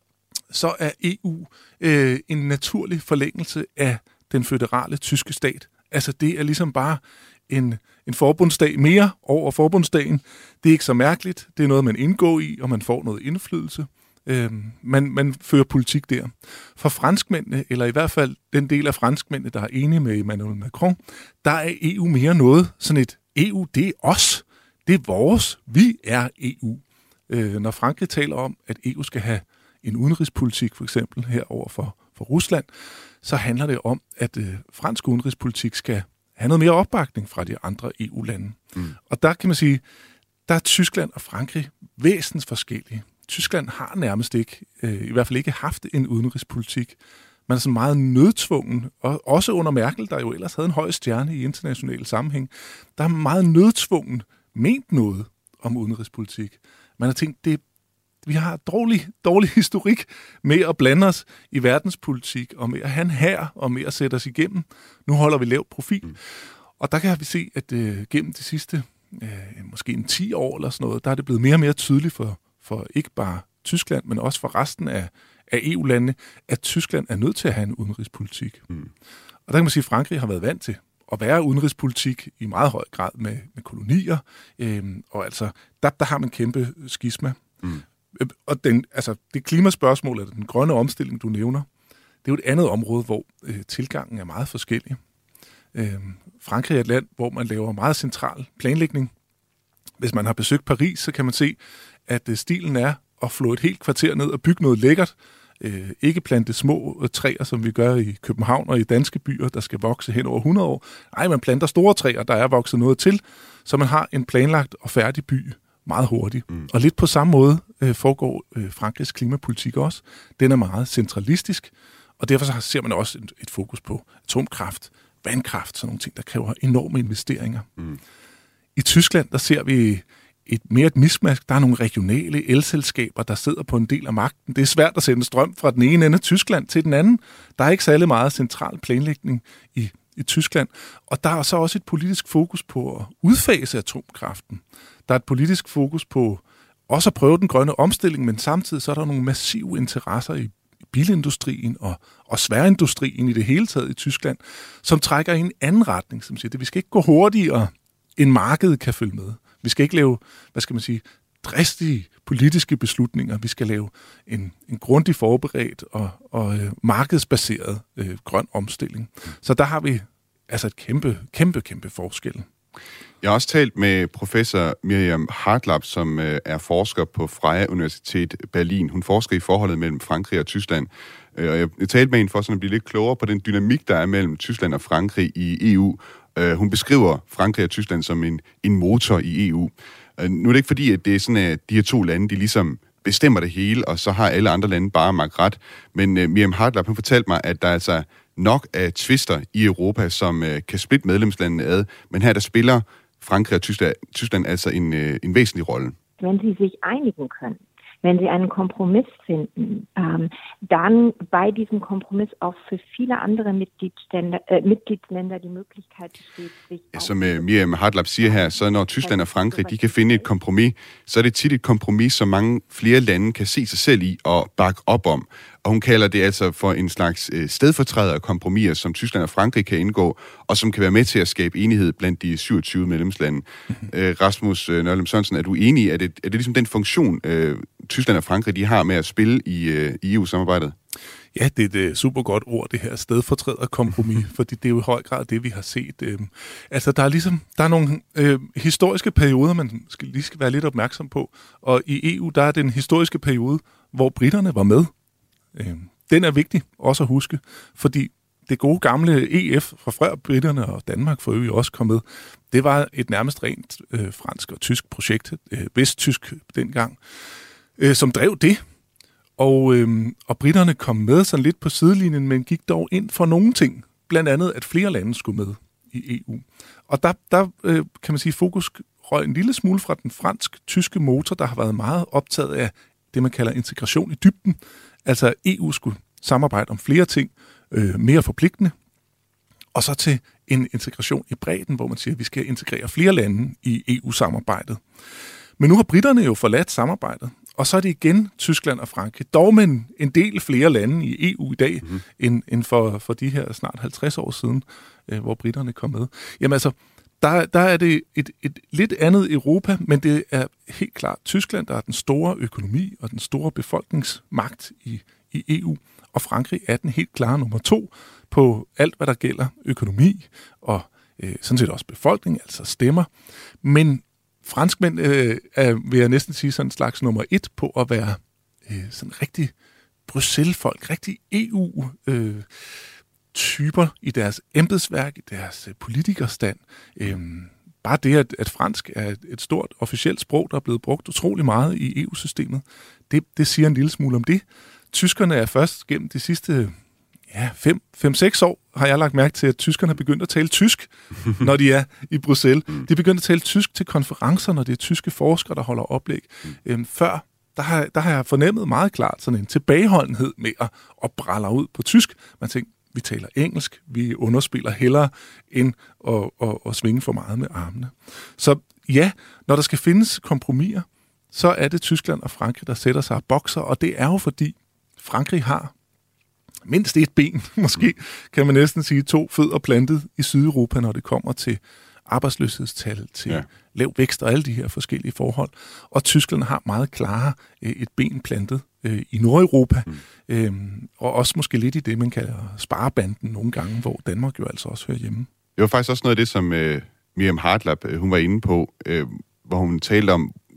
så er E U øh, en naturlig forlængelse af den føderale tyske stat. Altså, det er ligesom bare en, en forbundsdag mere over forbundsdagen. Det er ikke så mærkeligt. Det er noget, man indgår i, og man får noget indflydelse. Øh, man, man fører politik der. For franskmændene, eller i hvert fald den del af franskmændene, der er enige med Emmanuel Macron, der er E U mere noget. Sådan et E U, det er os. Det er vores. Vi er E U. Øh, når Frankrig taler om, at E U skal have en udenrigspolitik, for eksempel herover for, for Rusland, så handler det om, at øh, fransk udenrigspolitik skal have noget mere opbakning fra de andre E U-lande. Mm. Og der kan man sige, der er Tyskland og Frankrig væsentligt forskellige. Tyskland har nærmest ikke, øh, i hvert fald ikke haft en udenrigspolitik. Man er så meget nødtvungen, og også under Merkel, der jo ellers havde en høj stjerne i international sammenhæng, der er meget nødtvungen ment noget om udenrigspolitik. Man har tænkt, det, vi har dårlig, dårlig historik med at blande os i verdenspolitik, og med at have en hær, og med at sætte os igennem. Nu holder vi lav profil. Mm. Og der kan vi se, at øh, gennem de sidste, øh, måske en ti år eller sådan noget, der er det blevet mere og mere tydeligt for for ikke bare Tyskland, men også for resten af, af E U-landene, at Tyskland er nødt til at have en udenrigspolitik. Mm. Og der kan man sige, at Frankrig har været vant til at være udenrigspolitik i meget høj grad med, med kolonier, øhm, og altså, der, der har man kæmpe skisma. Mm. Og den, altså, det klimaspørgsmål, eller den grønne omstilling, du nævner, det er jo et andet område, hvor øh, tilgangen er meget forskellig. Øhm, Frankrig er et land, hvor man laver meget central planlægning. Hvis man har besøgt Paris, så kan man se, at stilen er at flå et helt kvarter ned og bygge noget lækkert, Øh, ikke plante små øh, træer, som vi gør i København og i danske byer, der skal vokse hen over hundrede år. Nej, man planter store træer, der er vokset noget til, så man har en planlagt og færdig by meget hurtigt. Mm. Og lidt på samme måde øh, foregår øh, Frankrigs klimapolitik også. Den er meget centralistisk, og derfor så ser man også et, et fokus på atomkraft, vandkraft, sådan nogle ting, der kræver enorme investeringer. Mm. I Tyskland, der ser vi et mere et mismask. Der er nogle regionale elselskaber, der sidder på en del af magten. Det er svært at sende strøm fra den ene ende af Tyskland til den anden. Der er ikke særlig meget central planlægning i, i Tyskland. Og der er så også et politisk fokus på at udfase atomkraften. Der er et politisk fokus på også at prøve den grønne omstilling, men samtidig så er der nogle massive interesser i bilindustrien og, og sværindustrien i det hele taget i Tyskland, som trækker i en anden retning, som siger, at vi skal ikke gå hurtigere, end markedet kan følge med. Vi skal ikke lave, hvad skal man sige, dristige politiske beslutninger. Vi skal lave en, en grundig forberedt og, og øh, markedsbaseret øh, grøn omstilling. Så der har vi altså et kæmpe, kæmpe, kæmpe forskel. Jeg har også talt med professor Miriam Hartlab, som øh, er forsker på Freie Universitet Berlin. Hun forsker i forholdet mellem Frankrig og Tyskland. Øh, og jeg, jeg talte med hende for sådan at blive lidt klogere på den dynamik, der er mellem Tyskland og Frankrig i E U. Øh, hun beskriver Frankrig og Tyskland som en, en motor i E U. Øh, nu er det ikke fordi, at det er sådan, at de her to lande, de ligesom bestemmer det hele, og så har alle andre lande bare magt ret. Men øh, Miriam Hartlab, hun fortalte mig, at der er altså nok af tvister i Europa, som øh, kan splitte medlemslandene ad. Men her der spiller Frankrig og Tyskland, Tyskland altså en, øh, en væsentlig rolle. Wenn sie sich einigen können, wenn sie einen Kompromiss finden, ähm, dann bei diesem Kompromiss auch für viele andere Mitgliedsländer, äh, Mitgliedsländer die Möglichkeit besteht, sich... Ja, som øh, Miriam Hartlab siger her, så når Tyskland og Frankrig de kan finde et kompromis, så er det tit et kompromis, som mange flere lande kan se sig selv i og bakke op om. Og hun kalder det altså for en slags øh, stedfortræder kompromiser, som Tyskland og Frankrig kan indgå, og som kan være med til at skabe enighed blandt de syvogtyve medlemslande. Mm-hmm. Øh, Rasmus øh, Nørlem Sørensen, er du enig i, at det, er det ligesom den funktion, øh, Tyskland og Frankrig de har med at spille i, øh, i E U-samarbejdet? Ja, det er et super godt ord, det her stedfortræderkompromis, fordi det er jo i høj grad det, vi har set. Øh, altså, der er ligesom der er nogle øh, historiske perioder, man skal, lige skal være lidt opmærksom på, og i E U, der er den historiske periode, hvor britterne var med. Den er vigtig også at huske, fordi det gode gamle E F fra før britterne og Danmark for øvrigt også kom med, det var et nærmest rent øh, fransk og tysk projekt, øh, vesttysk dengang, øh, som drev det. Og, øh, og britterne kom med sådan lidt på sidelinjen, men gik dog ind for nogle ting. Blandt andet, at flere lande skulle med i E U. Og der, der øh, kan man sige, fokus røg en lille smule fra den fransk-tyske motor, der har været meget optaget af det, man kalder integration i dybden. Altså E U skulle samarbejde om flere ting, øh, mere forpligtende, og så til en integration i bredden, hvor man siger, at vi skal integrere flere lande i E U-samarbejdet. Men nu har britterne jo forladt samarbejdet, og så er det igen Tyskland og Frankrig, dog med en, en del flere lande i E U i dag, mm-hmm. end, end for, for de her snart halvtreds år siden, øh, hvor britterne kom med. Jamen altså, Der, der er det et, et lidt andet Europa, men det er helt klart Tyskland, der er den store økonomi og den store befolkningsmagt i, i E U, og Frankrig er den helt klare nummer to på alt, hvad der gælder økonomi og øh, sådan set også befolkning, altså stemmer. Men franskmænd øh, er, vil jeg næsten sige, sådan en slags nummer et på at være øh, sådan rigtig Bruxelles-folk, rigtig E U øh, typer i deres embedsværk, i deres politikerstand. Øhm, bare det, at, at fransk er et, et stort officielt sprog, der er blevet brugt utrolig meget i E U-systemet, det, det siger en lille smule om det. Tyskerne er først gennem de sidste ja, fem, fem, seks år, har jeg lagt mærke til, at tyskerne er begyndt at tale tysk, når de er i Bruxelles. De er begyndt at tale tysk til konferencer, når det er tyske forskere, der holder oplæg. Øhm, før, der har, der har jeg fornemmet meget klart sådan en tilbageholdenhed med at, at bralle ud på tysk. Man tænker, vi taler engelsk, vi underspiller hellere end at, at, at svinge for meget med armene. Så ja, når der skal findes kompromiser, så er det Tyskland og Frankrig, der sætter sig og bokser, og det er jo fordi Frankrig har mindst et ben, måske kan man næsten sige to fødder plantet i Sydeuropa, når det kommer til arbejdsløshedstal, til ja. lav vækst og alle de her forskellige forhold. Og Tyskland har meget klare et ben plantet øh, i Nordeuropa, mm. øhm, og også måske lidt i det, man kalder sparebanden nogle gange, hvor Danmark jo altså også hører hjemme. Det var faktisk også noget af det, som øh, Miriam Hartlab, øh, hun var inde på, øh, hvor hun talte om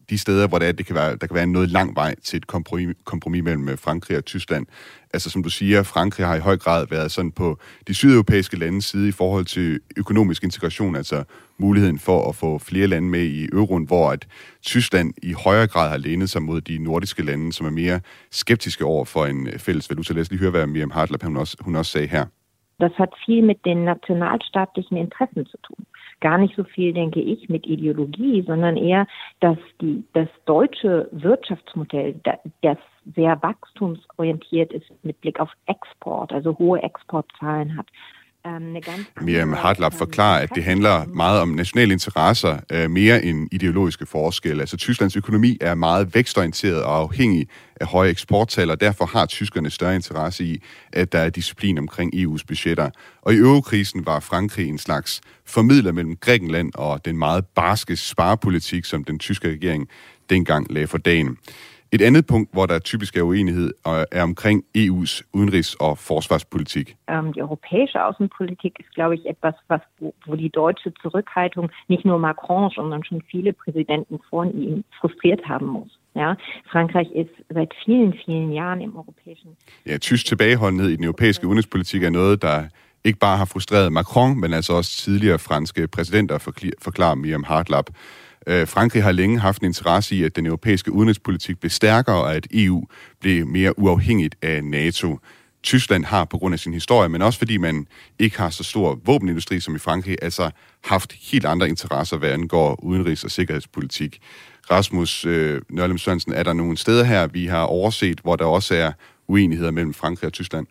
de steder, hvor det er, det kan være, der kan være noget lang vej til et kompromis, kompromis mellem Frankrig og Tyskland. Altså som du siger, Frankrig har i høj grad været sådan på de sydeuropæiske landes side i forhold til økonomisk integration, altså muligheden for at få flere lande med i euroen, hvor at Tyskland i højere grad har lænet sig mod de nordiske lande, som er mere skeptiske over for en fælles valuta. Lad os lige høre, hvad Miriam Hartlab hun også, hun også sagde her. Das hat viel mit den nationalstaatlichen Interessen zu tun. Gar nicht so viel, denke ich, mit Ideologie, sondern eher, dass die, das deutsche Wirtschaftsmodell, das sehr wachstumsorientiert ist mit Blick auf Export, also hohe Exportzahlen hat. Miriam Hartlab forklarer, at det handler meget om nationale interesser, øh, mere end ideologiske forskelle. Altså Tysklands økonomi er meget vækstorienteret og afhængig af høje eksporttal, og derfor har tyskerne større interesse i, at der er disciplin omkring E U's budgetter. Og i eurokrisen var Frankrig en slags formidler mellem Grækenland og den meget barske sparepolitik, som den tyske regering dengang lagde for dagen. Et andet punkt, hvor der typisk er uenighed, er omkring E U's udenrigs- og forsvarspolitik. Um, die europäische Außenpolitik ist, glaube ich, etwas, was, wo, wo die deutsche Zurückhaltung nicht nur Macron, sondern schon viele Präsidenten vor ihm frustriert haben muss. Ja, Frankreich ist seit vielen, vielen Jahren im europäischen... Ja, tysk tilbageholdenhed i den europæiske udenrigspolitik er noget, der ikke bare har frustreret Macron, men altså også tidligere franske præsidenter, forklarer Miriam Hartlab. Frankrig har længe haft en interesse i, at den europæiske udenrigspolitik blev stærkere, og at E U blev mere uafhængigt af NATO. Tyskland har på grund af sin historie, men også fordi man ikke har så stor våbenindustri som i Frankrig, altså haft helt andre interesser, hvad angår udenrigs- og sikkerhedspolitik. Rasmus øh, Nørlem Sørensen, er der nogle steder her, vi har overset, hvor der også er uenigheder mellem Frankrig og Tyskland?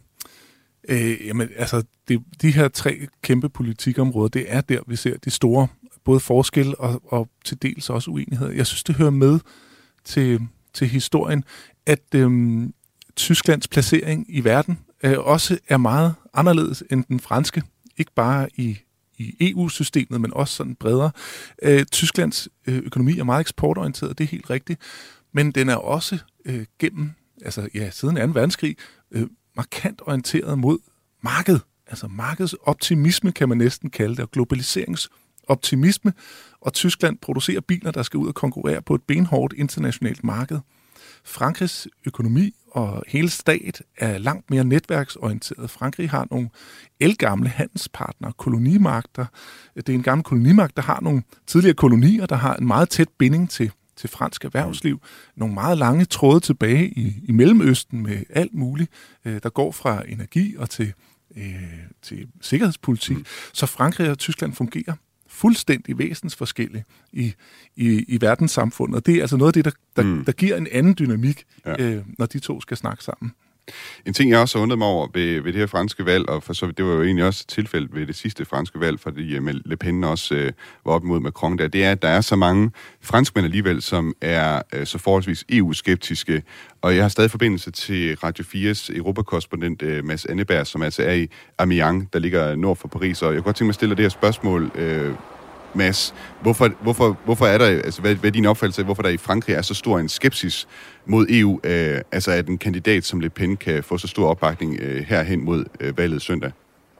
Øh, jamen, altså, det, de her tre kæmpe politikområder, det er der, vi ser de store både forskel og, og til dels også uenighed. Jeg synes, det hører med til, til historien, at øhm, Tysklands placering i verden øh, også er meget anderledes end den franske. Ikke bare i, i E U-systemet, men også sådan bredere. Øh, Tysklands øh, økonomi er meget eksportorienteret, det er helt rigtigt, men den er også øh, gennem, altså ja, siden anden verdenskrig, øh, markant orienteret mod marked. Altså markedsoptimisme kan man næsten kalde det, og globaliserings optimisme, og Tyskland producerer biler, der skal ud og konkurrere på et benhårdt internationalt marked. Frankrigs økonomi og hele stat er langt mere netværksorienteret. Frankrig har nogle ældgamle handelspartnere, kolonimagter. Det er en gammel kolonimagt, der har nogle tidligere kolonier, der har en meget tæt binding til, til fransk erhvervsliv. Nogle meget lange tråde tilbage i, i Mellemøsten med alt muligt, der går fra energi og til, øh, til sikkerhedspolitik. Mm. Så Frankrig og Tyskland fungerer fuldstændig væsensforskellige i, i, i verdenssamfundet. Og det er altså noget af det, der, der, mm. der giver en anden dynamik, ja. øh, når de to skal snakke sammen. En ting, jeg også har undret mig over ved, ved det her franske valg, og for så det var jo egentlig også tilfældet ved det sidste franske valg, fordi Le Pen også øh, var op imod Macron der, det er, at der er så mange franskmænd alligevel, som er øh, så forholdsvis E U-skeptiske. Og jeg har stadig forbindelse til Radio fires europakorrespondent øh, Mads Anneberg, som altså er i Amiens, der ligger nord for Paris. Og jeg kunne godt tænke mig at stille det her spørgsmål, øh, Mads. Hvorfor, hvorfor, hvorfor er der, altså hvad, hvad er din opfattelse af, hvorfor der i Frankrig er så stor en skepsis mod E U, øh, altså at en kandidat som Le Pen kan få så stor opbakning øh, herhen mod øh, valget søndag?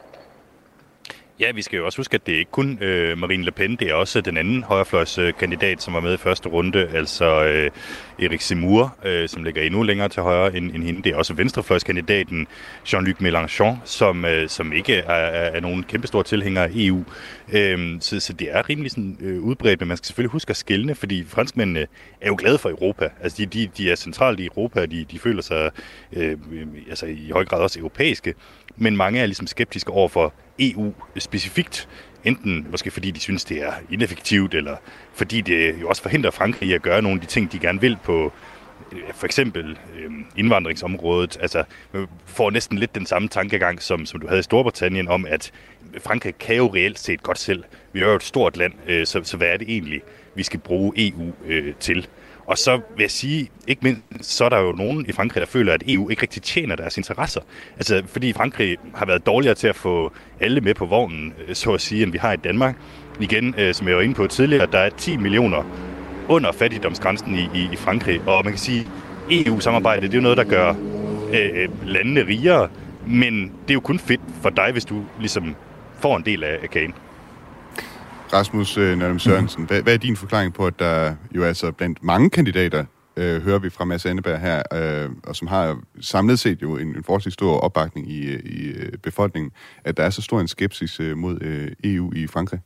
Ja, vi skal jo også huske, at det er ikke kun øh, Marine Le Pen, det er også den anden højrefløjskandidat, øh, som var med i første runde, altså øh, Eric Zemmour, øh, som ligger endnu længere til højre end, end hende. Det er også venstrefløjskandidaten Jean-Luc Mélenchon, som, øh, som ikke er, er, er nogen kæmpestor tilhænger af E U. Øh, så, så det er rimelig sådan, øh, udbredt, men man skal selvfølgelig huske at skelne, fordi franskmændene er jo glade for Europa. Altså de, de, de er centralt i Europa, de, de føler sig øh, altså, i høj grad også europæiske, men mange er ligesom skeptiske over for E U specifikt, enten måske fordi de synes, det er ineffektivt, eller fordi det jo også forhindrer Frankrig i at gøre nogle af de ting, de gerne vil på for eksempel øh, indvandringsområdet. Altså, man får næsten lidt den samme tankegang, som, som du havde i Storbritannien, om at Frankrig kan jo reelt set godt selv. Vi er jo et stort land, øh, så, så hvad er det egentlig, vi skal bruge E U øh, til? Og så vil jeg sige, ikke mindst, så er der jo nogen i Frankrig, der føler, at E U ikke rigtig tjener deres interesser. Altså, fordi Frankrig har været dårligere til at få alle med på vognen, så at sige, end vi har i Danmark. Igen, øh, som jeg var inde på tidligere, der er ti millioner under fattigdomsgrænsen i, i, i Frankrig. Og man kan sige, E U-samarbejdet, det er jo noget, der gør øh, landene rigere, men det er jo kun fedt for dig, hvis du ligesom får en del af, af kagen. Rasmus Nørlem Sørensen, hvad, hvad er din forklaring på, at der jo altså blandt mange kandidater, øh, hører vi fra Mads Anneberg her, øh, og som har samlet set jo en, en forholdsvis stor opbakning i, i befolkningen, at der er så stor en skepsis øh, mod øh, E U i Frankrig?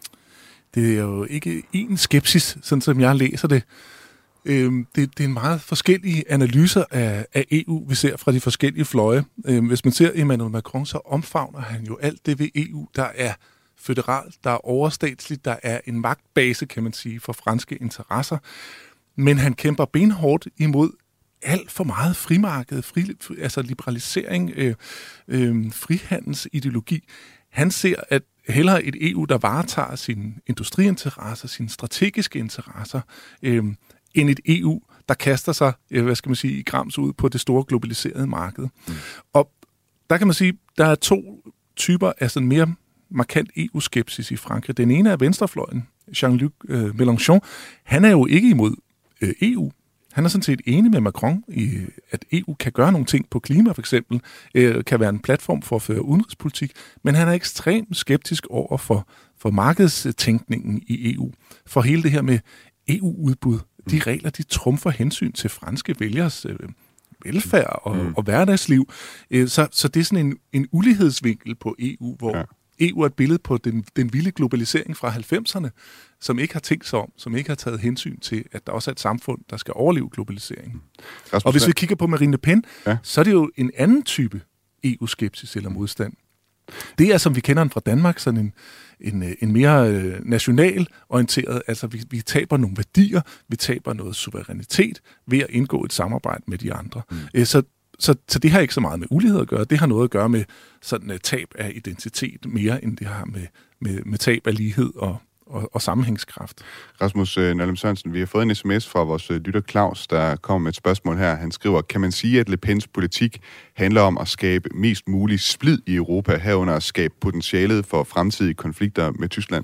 Det er jo ikke én skepsis, sådan som jeg læser det. Det, det er en meget forskellige analyser af, af E U, vi ser fra de forskellige fløje. Hvis man ser Emmanuel Macron, så omfavner han jo alt det ved E U, der er føderalt, der er overstatsligt, der er en magtbase, kan man sige, for franske interesser. Men han kæmper benhårdt imod alt for meget frimarked, fri, altså liberalisering, øh, øh, frihandelsideologi. Han ser, at hellere et E U, der varetager sine industriinteresser, sine strategiske interesser, øh, end et E U, der kaster sig, hvad skal man sige, i grams ud på det store globaliserede marked. Mm. Og der kan man sige, der er to typer af sådan mere markant E U-skepsis i Frankrig. Den ene er venstrefløjen, Jean-Luc øh, Mélenchon. Han er jo ikke imod øh, E U. Han er sådan set enig med Macron i, at E U kan gøre nogle ting på klima, for eksempel, øh, kan være en platform for at føre udenrigspolitik, men han er ekstremt skeptisk over for, for markedstænkningen i E U. For hele det her med E U-udbud. De regler, de trumfer hensyn til franske vælgers øh, velfærd og, mm. og hverdagsliv. Øh, så, så det er sådan en, en ulighedsvinkel på E U, hvor ja. E U er et billede på den, den vilde globalisering fra halvfemserne, som ikke har tænkt sig om, som ikke har taget hensyn til, at der også er et samfund, der skal overleve globaliseringen. Mm. Og hvis vi kigger på Marine Le Pen, ja. så er det jo en anden type E U-skepsis eller modstand. Det er, som vi kender den fra Danmark, sådan en, en, en mere øh, national orienteret, altså vi, vi taber nogle værdier, vi taber noget suverænitet ved at indgå et samarbejde med de andre. Mm. Æ, så, så, så det har ikke så meget med ulighed at gøre, det har noget at gøre med sådan et tab af identitet mere, end det har med, med, med tab af lighed og, og, og sammenhængskraft. Rasmus Nørlem Sørensen, vi har fået en sms fra vores lytter Claus, der kommer med et spørgsmål her. Han skriver, kan man sige, at Le Pens politik handler om at skabe mest mulig splid i Europa, herunder at skabe potentialet for fremtidige konflikter med Tyskland?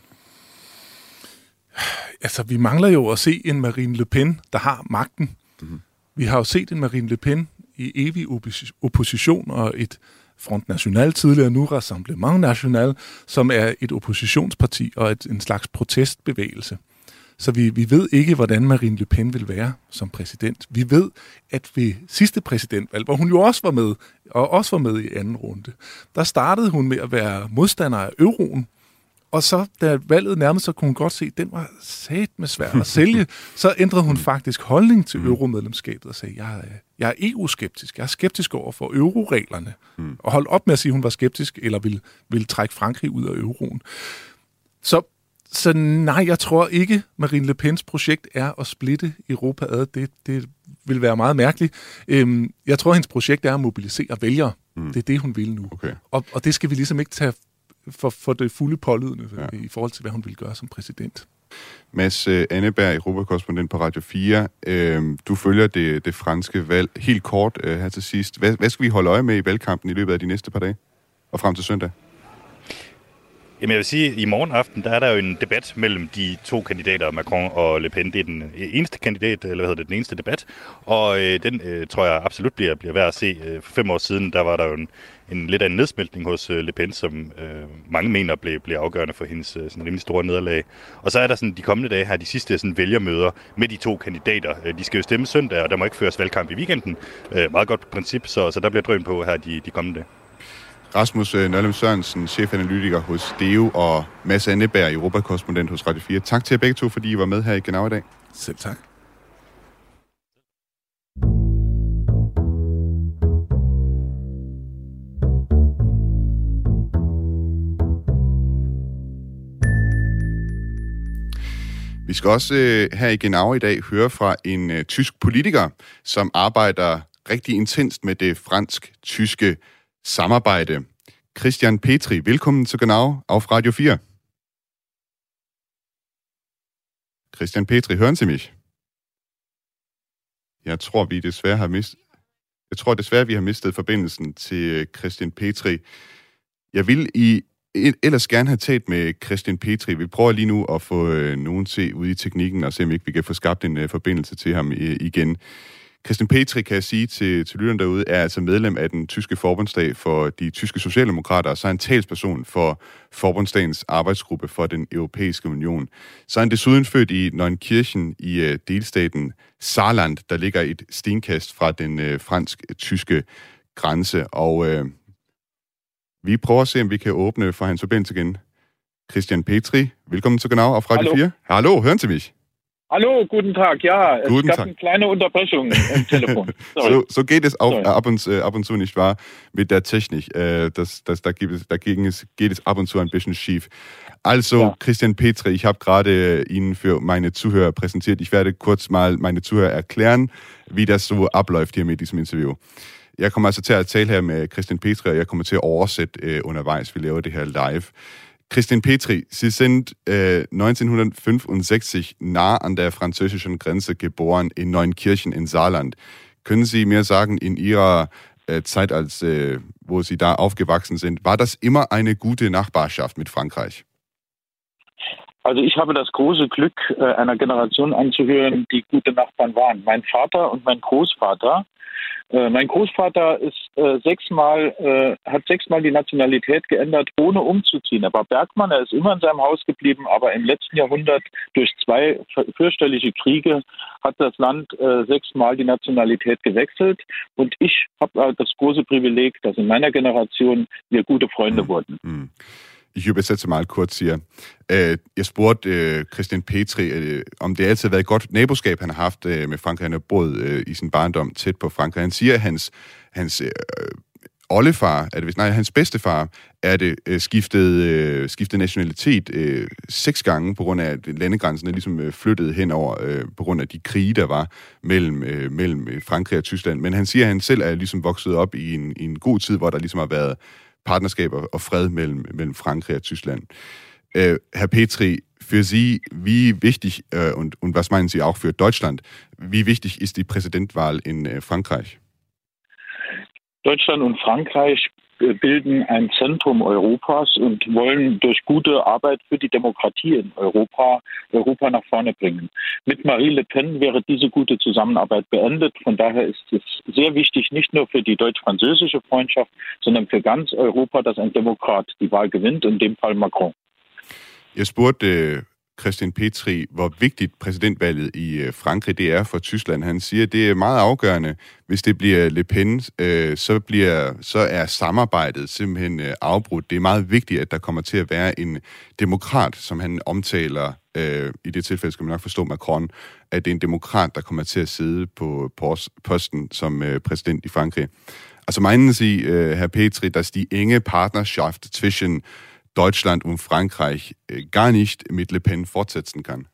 Altså, vi mangler jo at se en Marine Le Pen, der har magten. Mm-hmm. Vi har jo set en Marine Le Pen i evig opposition og et Front National, tidligere nu Rassemblement National, som er et oppositionsparti og et, en slags protestbevægelse. Så vi, vi ved ikke, hvordan Marine Le Pen vil være som præsident. Vi ved, at ved sidste præsidentvalg, hvor hun jo også var med, og også var med i anden runde, der startede hun med at være modstander af euroen. Og så, da valget nærmede sig, kunne hun godt se, at den var satme svær at sælge. Så ændrede hun faktisk holdning til euromedlemskabet og sagde, jeg er, jeg er E U-skeptisk. Jeg er skeptisk over for euroreglerne. Mm. Og holdt op med at sige, at hun var skeptisk, eller ville, ville trække Frankrig ud af euroen. Så, så nej, jeg tror ikke, Marine Le Pens projekt er at splitte Europa ad. Det, det vil være meget mærkeligt. Øhm, jeg tror, hendes projekt er at mobilisere vælgere. Mm. Det er det, hun vil nu. Okay. Og, og det skal vi ligesom ikke tage For, for det fulde pålydende ja. i forhold til, hvad hun ville gøre som præsident. Mads Anneberg, europakorrespondent på Radio fire. Øh, du følger det, det franske valg. Helt kort øh, her til sidst. Hvad, hvad skal vi holde øje med i valgkampen i løbet af de næste par dage? Og frem til søndag? Jamen jeg vil sige, at i morgen aften, der er der jo en debat mellem de to kandidater, Macron og Le Pen. Det er den eneste kandidat, eller hvad hedder det, den eneste debat. Og øh, den øh, tror jeg absolut bliver, bliver værd at se. For fem år siden, der var der jo en, en lidt af en nedsmeltning hos øh, Le Pen, som øh, mange mener blev, blev afgørende for hendes øh, sådan rimelig store nederlag. Og så er der sådan de kommende dage her, de sidste sådan vælgermøder med de to kandidater. De skal jo stemme søndag, og der må ikke føres valgkamp i weekenden. Øh, meget godt princip, så, så der bliver drøn på her de, de kommende dage. Rasmus Nørlem Sørensen, chefanalytiker hos D E O, og Mads Anneberg, europakorrespondent hos Radio fire. Tak til jer begge to, fordi I var med her i Genau i dag. Selv tak. Vi skal også øh, her i Genau i dag høre fra en øh, tysk politiker, som arbejder rigtig intenst med det fransk-tyske samarbejde. Christian Petri, velkommen til Genau auf Radio fire. Christian Petri, høren Sie mich? Jeg tror, vi desværre har mistet... Jeg tror desværre, vi har mistet forbindelsen til Christian Petri. Jeg vil i ellers gerne have talt med Christian Petri. Vi prøver lige nu at få nogen til ude i teknikken og se, om ikke vi kan få skabt en forbindelse til ham igen. Christian Petri, kan jeg sige til, til lytterne derude, er altså medlem af den tyske forbundsdag for de tyske socialdemokrater, og så er han talsperson for forbundsdagens arbejdsgruppe for den europæiske union. Så er han desuden født i Neunkirchen i uh, delstaten Saarland, der ligger et stenkast fra den uh, fransk-tyske grænse. Og uh, vi prøver at se, om vi kan åbne for hans forbindelse igen. Christian Petri, velkommen zu Genau auf Radio vier. Hallo, hören Sie mich? Hallo, guten Tag. Ja, es guten gab Tag. eine kleine Unterbrechung im Telefon. so, so geht es auch ab und, äh, ab und zu, nicht wahr, mit der Technik. Äh, das, das, da gibt es, dagegen ist, geht es ab und zu ein bisschen schief. Also, ja. Christian Petri, ich habe gerade Ihnen für meine Zuhörer präsentiert. Ich werde kurz mal meine Zuhörer erklären, wie das so abläuft hier mit diesem Interview. Jeg kommer altså til at tale her med Christian Petri, og jeg kommer til at oversætte øh, undervejs. Vi laver det her live. Christian Petri, Sie sind äh, neunzehnhundertfünfundsechzig nah an der französischen Grenze geboren in Neunkirchen in Saarland. Können Sie mir sagen, in Ihrer äh, Zeit, als äh, wo Sie da aufgewachsen sind, war das immer eine gute Nachbarschaft mit Frankreich? Also ich habe das große Glück, äh, einer Generation anzuhören, die gute Nachbarn waren. Mein Vater und mein Großvater. Äh, mein Großvater ist äh, sechsmal, äh, hat sechsmal die Nationalität geändert, ohne umzuziehen. Er war Bergmann, er ist immer in seinem Haus geblieben, aber im letzten Jahrhundert durch zwei fürchterliche Kriege hat das Land äh, sechsmal die Nationalität gewechselt. Und ich habe äh, das große Privileg, dass in meiner Generation wir gute Freunde wurden. Mm. Ich übersætter meget kort, siger. Uh, jeg spurgte uh, Christian Petri, uh, om det altid har været et godt naboskab, han har haft uh, med Frankrig. Han har boet uh, i sin barndom tæt på Frankrig. Han siger, at hans, hans uh, oldefar, er det, nej, hans bedstefar, er det uh, skiftet, uh, skiftet nationalitet uh, seks gange, på grund af, at landegrænsen er ligesom uh, flyttet henover, uh, på grund af de krige, der var mellem, uh, mellem Frankrig og Tyskland. Men han siger, at han selv er ligesom vokset op i en, i en god tid, hvor der ligesom har været Partnerskaber og fred mellem, mellem Frankrig og Tyskland. Äh, Herr Petri, für Sie, wie wichtig, äh, und, und was meinen Sie auch für Deutschland, wie wichtig ist die Präsidentwahl in äh, Frankreich? Deutschland und Frankreich bilden ein Zentrum Europas und wollen durch gute Arbeit für die Demokratie in Europa, Europa nach vorne bringen. Mit Marie Le Pen wäre diese gute Zusammenarbeit beendet. Von daher ist es sehr wichtig, nicht nur für die deutsch-französische Freundschaft, sondern für ganz Europa, dass ein Demokrat die Wahl gewinnt, in dem Fall Macron. Jeg spurgte Christian Petri, hvor vigtigt præsidentvalget i Frankrig det er for Tyskland. Han siger, at det er meget afgørende. Hvis det bliver Le Pen, øh, så, bliver, så er samarbejdet simpelthen øh, afbrudt. Det er meget vigtigt, at der kommer til at være en demokrat, som han omtaler, øh, i det tilfælde skal man nok forstå Macron, at det er en demokrat, der kommer til at sidde på posten som øh, præsident i Frankrig. Altså meinen Sie, äh, Herr Petri, dass die enge Partnerschaft zwischen Deutschland und Frankreich gar nicht mit Le Pen fortsetzen kann?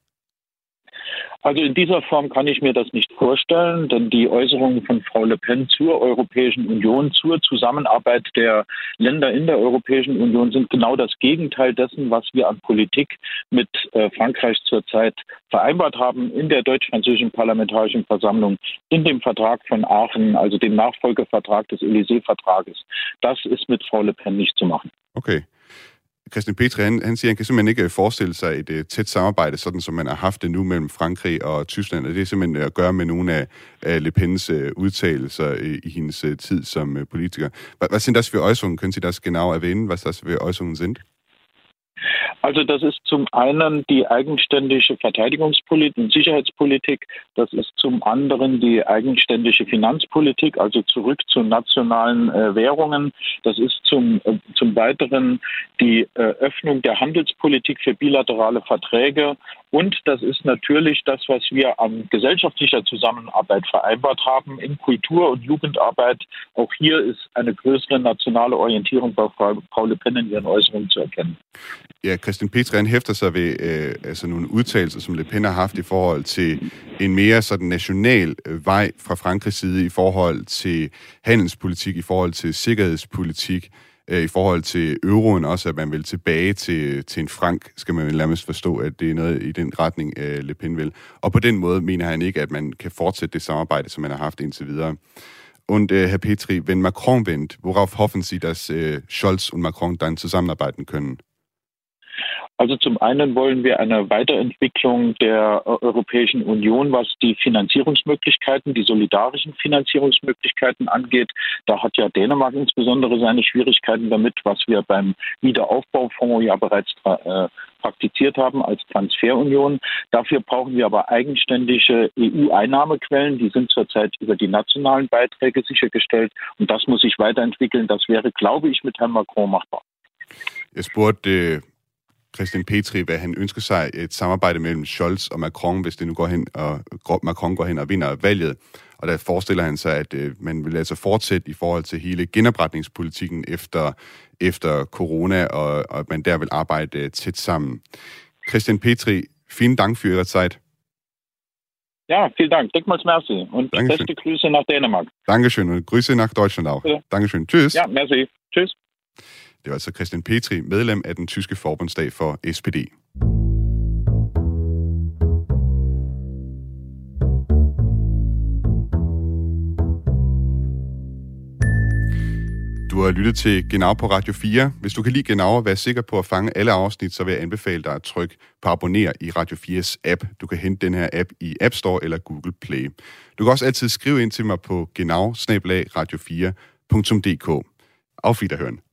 Also in dieser Form kann ich mir das nicht vorstellen, denn die Äußerungen von Frau Le Pen zur Europäischen Union, zur Zusammenarbeit der Länder in der Europäischen Union sind genau das Gegenteil dessen, was wir an Politik mit äh, Frankreich zurzeit vereinbart haben in der deutsch-französischen Parlamentarischen Versammlung, in dem Vertrag von Aachen, also dem Nachfolgevertrag des Élysée-Vertrages. Das ist mit Frau Le Pen nicht zu machen. Okay. Christian Petri, han, han siger, han kan simpelthen ikke forestille sig et, et tæt samarbejde, sådan som man har haft det nu mellem Frankrig og Tyskland, og det er simpelthen at gøre med nogle af, af Le Pens uh, udtalelser i, i hendes uh, tid som uh, politiker. Was sind das für Äußerungen? Können Sie das genau erwähnen, was das für Äußerungen sind? Also das ist zum einen die eigenständige Verteidigungspolitik und Sicherheitspolitik, das ist zum anderen die eigenständige Finanzpolitik, also zurück zu nationalen äh, Währungen, das ist zum, äh, zum Weiteren die äh, Öffnung der Handelspolitik für bilaterale Verträge und das ist natürlich das, was wir an gesellschaftlicher Zusammenarbeit vereinbart haben in Kultur- und Jugendarbeit. Auch hier ist eine größere nationale Orientierung bei Frau, Frau Le Pen in ihren Äußerungen zu erkennen. Ja, Christian Petri, han hæfter sig ved øh, altså nogle udtalelser, som Le Pen har haft i forhold til en mere sådan national øh, vej fra Frankrigs side i forhold til handelspolitik, i forhold til sikkerhedspolitik, øh, i forhold til euroen også, at man vil tilbage til, til en frank, skal man vel nærmest forstå, at det er noget i den retning, øh, Le Pen vil. Og på den måde mener han ikke, at man kan fortsætte det samarbejde, som man har haft indtil videre. Und äh, Herr Petri, wenn Macron winnt, worauf hoffen Sie, dass äh, Scholz und Macron dann zusammenarbeiten können? Also zum einen wollen wir eine Weiterentwicklung der Europäischen Union, was die Finanzierungsmöglichkeiten, die solidarischen Finanzierungsmöglichkeiten angeht. Da hat ja Dänemark insbesondere seine Schwierigkeiten damit, was wir beim Wiederaufbaufonds ja bereits äh, praktiziert haben als Transferunion. Dafür brauchen wir aber eigenständige E U-Einnahmequellen. Die sind zurzeit über die nationalen Beiträge sichergestellt. Und das muss sich weiterentwickeln. Das wäre, glaube ich, mit Herrn Macron machbar. Jeg spurgte øh, Christian Petri, hvad han ønsker sig et samarbejde mellem Scholz og Macron, hvis det nu går hen og Macron går hen og vinder valget. Og der forestiller han sig, at øh, man vil altså fortsætte i forhold til hele genopretningspolitikken efter, efter corona, og, og at man der vil arbejde øh, tæt sammen. Christian Petri, vielen Dank für Ihre Zeit. Ja, vielen Dank. Dickmals merci. Und Dankeschön. Beste Grüße nach Dänemark. Dankeschön und Grüße nach Deutschland auch. Ja. Dankeschön. Tschüss. Ja, merci. Tschüss. Det var altså Christian Petri, medlem af den tyske forbundsdag for S P D. Du har lyttet til Genau på Radio fire. Hvis du kan lide Genau og være sikker på at fange alle afsnit, så vil jeg anbefale dig at trykke på abonner i Radio fires app. Du kan hente den her app i App Store eller Google Play. Du kan også altid skrive ind til mig på genau bindestreg radio fire punktum d k. Auf Wiederhören.